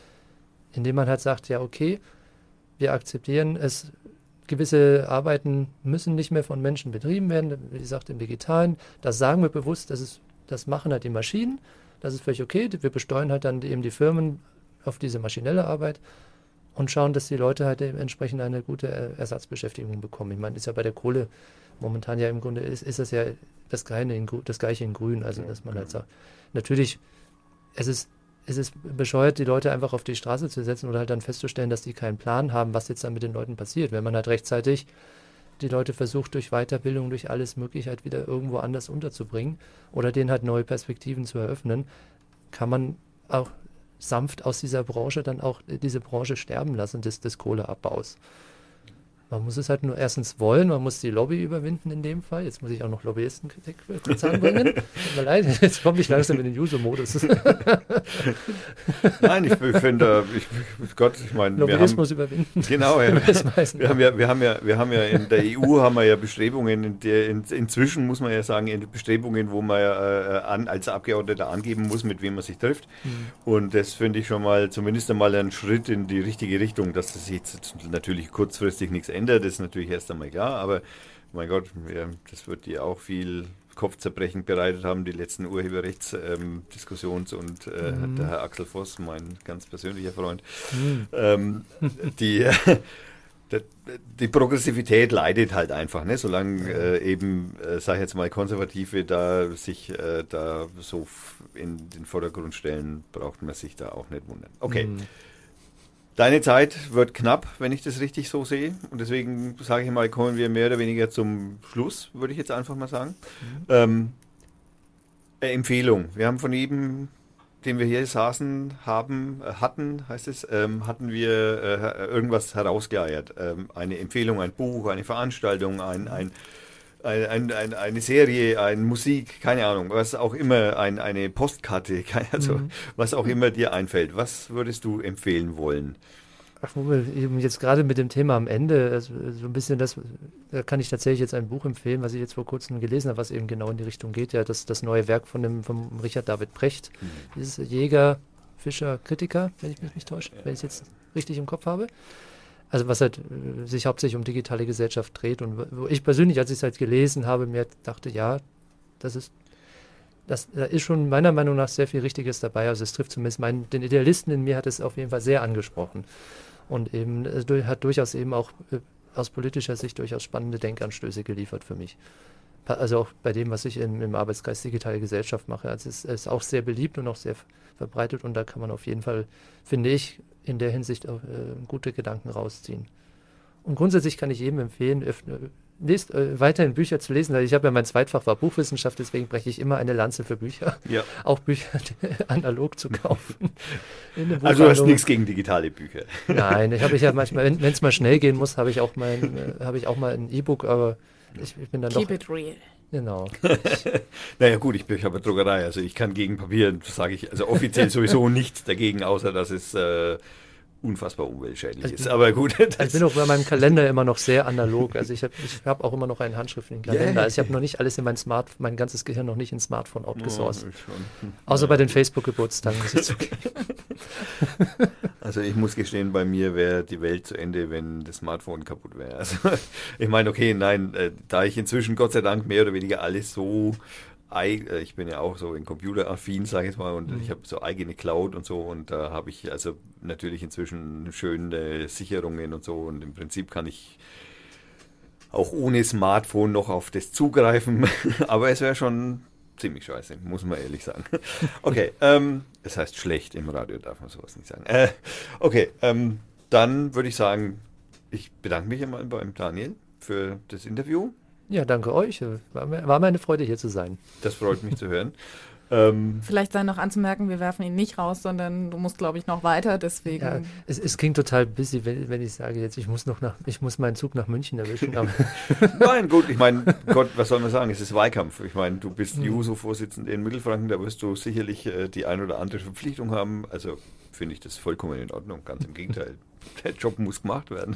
Indem man halt sagt, ja, okay, wir akzeptieren es, gewisse Arbeiten müssen nicht mehr von Menschen betrieben werden, wie gesagt, im Digitalen. Das sagen wir bewusst, das ist Das machen halt die Maschinen, das ist völlig okay. Wir besteuern halt dann eben die Firmen auf diese maschinelle Arbeit und schauen, dass die Leute halt entsprechend eine gute Ersatzbeschäftigung bekommen. Ich meine, ist ja bei der Kohle momentan ja im Grunde, ist, ist das ja das Gleiche in, das Gleiche in Grün. Also, dass man halt sagt, natürlich, es ist, es ist bescheuert, die Leute einfach auf die Straße zu setzen oder halt dann festzustellen, dass die keinen Plan haben, was jetzt dann mit den Leuten passiert. Wenn man halt rechtzeitig die Leute versucht, durch Weiterbildung, durch alles Mögliche halt wieder irgendwo anders unterzubringen oder denen halt neue Perspektiven zu eröffnen, kann man auch sanft aus dieser Branche dann auch diese Branche sterben lassen, des, des Kohleabbaus. Man muss es halt nur erstens wollen, man muss die Lobby überwinden in dem Fall. Jetzt muss ich auch noch Lobbyistenkritik kurz anbringen. Tut mir leid, jetzt komme ich langsam in den User-Modus. Nein, ich finde, ich, Gott, ich meine, Lobbyismus wir haben, überwinden. Genau, ja, wir haben ja, wir haben ja, wir haben ja in der E U haben wir ja Bestrebungen, in der, in, inzwischen muss man ja sagen, in Bestrebungen, wo man ja äh, an, als Abgeordneter angeben muss, mit wem man sich trifft. Mhm. Und das finde ich schon mal zumindest einmal ein Schritt in die richtige Richtung, dass das jetzt natürlich kurzfristig nichts ändert, ist natürlich erst einmal klar, aber mein Gott, ja, das wird dir auch viel Kopfzerbrechen bereitet haben, die letzten Urheberrechtsdiskussions- ähm, und äh, mhm. der Herr Axel Voss, mein ganz persönlicher Freund, mhm. ähm, die, die, die Progressivität leidet halt einfach, ne? Solange äh, eben, äh, sag ich jetzt mal, Konservative da sich äh, da so in den Vordergrund stellen, braucht man sich da auch nicht wundern. Okay. Mhm. Deine Zeit wird knapp, wenn ich das richtig so sehe. Und deswegen sage ich mal, kommen wir mehr oder weniger zum Schluss, würde ich jetzt einfach mal sagen. Mhm. Ähm, äh, Empfehlung. Wir haben von jedem, den wir hier saßen, haben, äh, hatten, heißt es, ähm, hatten wir äh, irgendwas herausgeeiert. Ähm, eine Empfehlung, ein Buch, eine Veranstaltung, ein, ein Ein, ein, ein, eine Serie, eine Musik, keine Ahnung, was auch immer, ein, eine Postkarte, also mhm. was auch immer dir einfällt. Was würdest du empfehlen wollen? Ach, wo wir eben jetzt gerade mit dem Thema am Ende, also so ein bisschen das, da kann ich tatsächlich jetzt ein Buch empfehlen, was ich jetzt vor kurzem gelesen habe, was eben genau in die Richtung geht, ja, das, das neue Werk von dem, vom Richard David Precht, mhm. dieses Jäger, Fischer, Kritiker, wenn ich mich nicht täusche, wenn ich es jetzt richtig im Kopf habe. Also was halt äh, sich hauptsächlich um digitale Gesellschaft dreht und wo ich persönlich, als ich es halt gelesen habe, mir dachte, ja, das ist, das, da ist schon meiner Meinung nach sehr viel Richtiges dabei. Also es trifft zumindest meinen, den Idealisten in mir hat es auf jeden Fall sehr angesprochen. Und eben es hat durchaus eben auch äh, aus politischer Sicht durchaus spannende Denkanstöße geliefert für mich. Also auch bei dem, was ich im, im Arbeitskreis Digitale Gesellschaft mache. Also es ist auch sehr beliebt und auch sehr verbreitet und da kann man auf jeden Fall, finde ich, in der Hinsicht auch äh, gute Gedanken rausziehen. Und grundsätzlich kann ich jedem empfehlen, öffne, lest äh, weiterhin Bücher zu lesen. Ich habe ja mein Zweitfach war Buchwissenschaft, deswegen breche ich immer eine Lanze für Bücher. Ja. Auch Bücher analog zu kaufen. Also du hast nichts gegen digitale Bücher. Nein, ich habe ich ja manchmal, wenn es mal schnell gehen muss, habe ich auch mein, äh, habe ich auch mal ein E-Book, aber ich, ich bin dann Keep doch... it real. Genau. Naja gut, ich, ich habe eine Druckerei, also ich kann gegen Papier, sage ich, also offiziell sowieso nichts dagegen, außer dass es äh, unfassbar umweltschädlich also, ist. Aber gut. Ich bin auch bei meinem Kalender immer noch sehr analog. Also ich habe ich hab auch immer noch einen handschriftlichen Kalender. Yeah. Also ich habe noch nicht alles in mein Smart, mein ganzes Gehirn noch nicht ins Smartphone outgesourced. Oh, Außer ja. bei den Facebook-Geburtstagen muss ich zugeben. Also ich muss gestehen, bei mir wäre die Welt zu Ende, wenn das Smartphone kaputt wäre. Also ich meine, okay, nein, äh, da ich inzwischen Gott sei Dank mehr oder weniger alles so, ich bin ja auch so in Computeraffin, sage ich jetzt mal, und mhm. ich habe so eigene Cloud und so und da habe ich also natürlich inzwischen schöne Sicherungen und so und im Prinzip kann ich auch ohne Smartphone noch auf das zugreifen, aber es wäre schon ziemlich scheiße, muss man ehrlich sagen. Okay, ähm, das heißt schlecht, im Radio darf man sowas nicht sagen. Äh, okay, ähm, dann würde ich sagen, ich bedanke mich einmal beim Daniel für das Interview. Ja, danke euch. War mir, war mir eine Freude, hier zu sein. Das freut mich zu hören. Ähm, Vielleicht sei noch anzumerken, wir werfen ihn nicht raus, sondern du musst, glaube ich, noch weiter, deswegen... Ja, es, es klingt total busy, wenn, wenn ich sage jetzt, ich muss noch nach, ich muss meinen Zug nach München erwischen. Aber Nein, gut, ich meine, Gott, was soll man sagen, es ist Wahlkampf. Ich meine, du bist Juso-Vorsitzender in Mittelfranken, da wirst du sicherlich äh, die ein oder andere Verpflichtung haben. Also finde ich das vollkommen in Ordnung, ganz im Gegenteil. Der Job muss gemacht werden.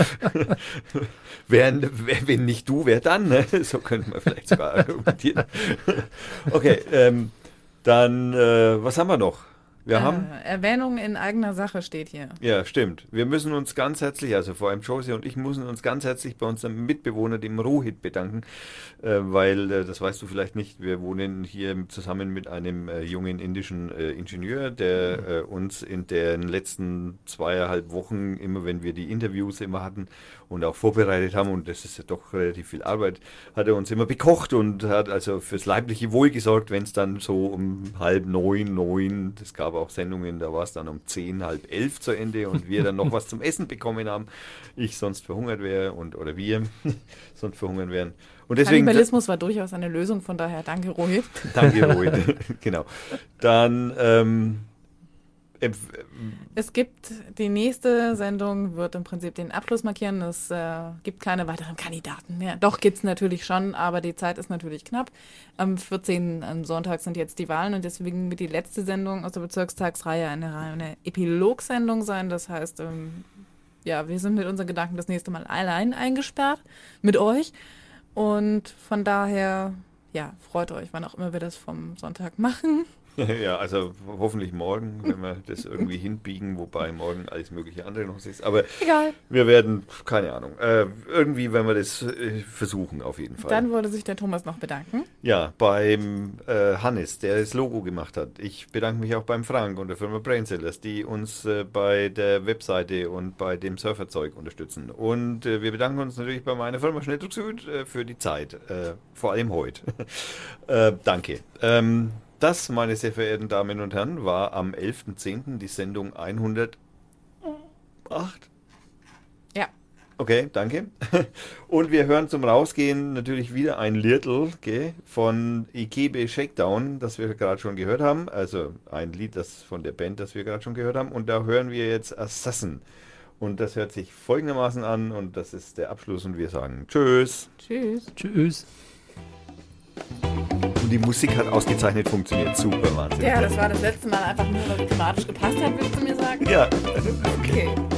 wer, wer, wenn nicht du, wer dann? Ne? So könnte man vielleicht sogar argumentieren. Okay, ähm, dann, äh, was haben wir noch? Wir äh, haben Erwähnung in eigener Sache steht hier. Ja, stimmt. Wir müssen uns ganz herzlich, also vor allem Josie und ich müssen uns ganz herzlich bei unserem Mitbewohner, dem Rohit, bedanken, äh, weil, äh, das weißt du vielleicht nicht, wir wohnen hier zusammen mit einem äh, jungen indischen äh, Ingenieur, der äh, uns in den letzten zweieinhalb Wochen, immer wenn wir die Interviews immer hatten und auch vorbereitet haben, und das ist ja doch relativ viel Arbeit, hat er uns immer bekocht und hat also fürs leibliche Wohl gesorgt, wenn es dann so um halb neun, neun, das gab auch Sendungen, da war es dann um zehn, halb elf zu Ende und wir dann noch was zum Essen bekommen haben. Ich sonst verhungert wäre und oder wir sonst verhungern wären. Und deswegen, Kannibalismus war durchaus eine Lösung, von daher danke Rohit. Danke Rohit, genau. Dann ähm, es gibt, die nächste Sendung wird im Prinzip den Abschluss markieren. Es äh, gibt keine weiteren Kandidaten mehr. Doch, gibt es natürlich schon, aber die Zeit ist natürlich knapp. Am vierzehnten am Sonntag sind jetzt die Wahlen und deswegen wird die letzte Sendung aus der Bezirkstagsreihe eine, eine Epilogsendung sein. Das heißt, ähm, ja, wir sind mit unseren Gedanken das nächste Mal allein eingesperrt mit euch. Und von daher, ja, freut euch, wann auch immer wir das vom Sonntag machen. Ja, also hoffentlich morgen, wenn wir das irgendwie hinbiegen, wobei morgen alles mögliche andere noch ist. Aber egal. Wir werden, keine Ahnung, äh, irgendwie werden wir das äh, versuchen auf jeden Fall. Dann würde sich der Thomas noch bedanken. Ja, beim äh, Hannes, der das Logo gemacht hat. Ich bedanke mich auch beim Frank und der Firma Brainsellers, die uns äh, bei der Webseite und bei dem Surferzeug unterstützen. Und äh, wir bedanken uns natürlich bei meiner Firma Schnelldruck Süd äh, für die Zeit, äh, vor allem heute. äh, danke. Ähm, Das, meine sehr verehrten Damen und Herren, war am elften zehnten die Sendung hundertacht. Ja. Okay, danke. Und wir hören zum Rausgehen natürlich wieder ein Liedl okay, von Ikebe Shakedown, das wir gerade schon gehört haben. Also ein Lied das von der Band, das wir gerade schon gehört haben. Und da hören wir jetzt Assassin. Und das hört sich folgendermaßen an und das ist der Abschluss und wir sagen Tschüss. Tschüss. Tschüss. Und die Musik hat ausgezeichnet funktioniert. Super, Wahnsinn. Ja, das war das letzte Mal einfach nur, was thematisch gepasst hat, willst du mir sagen? Ja. Okay. okay.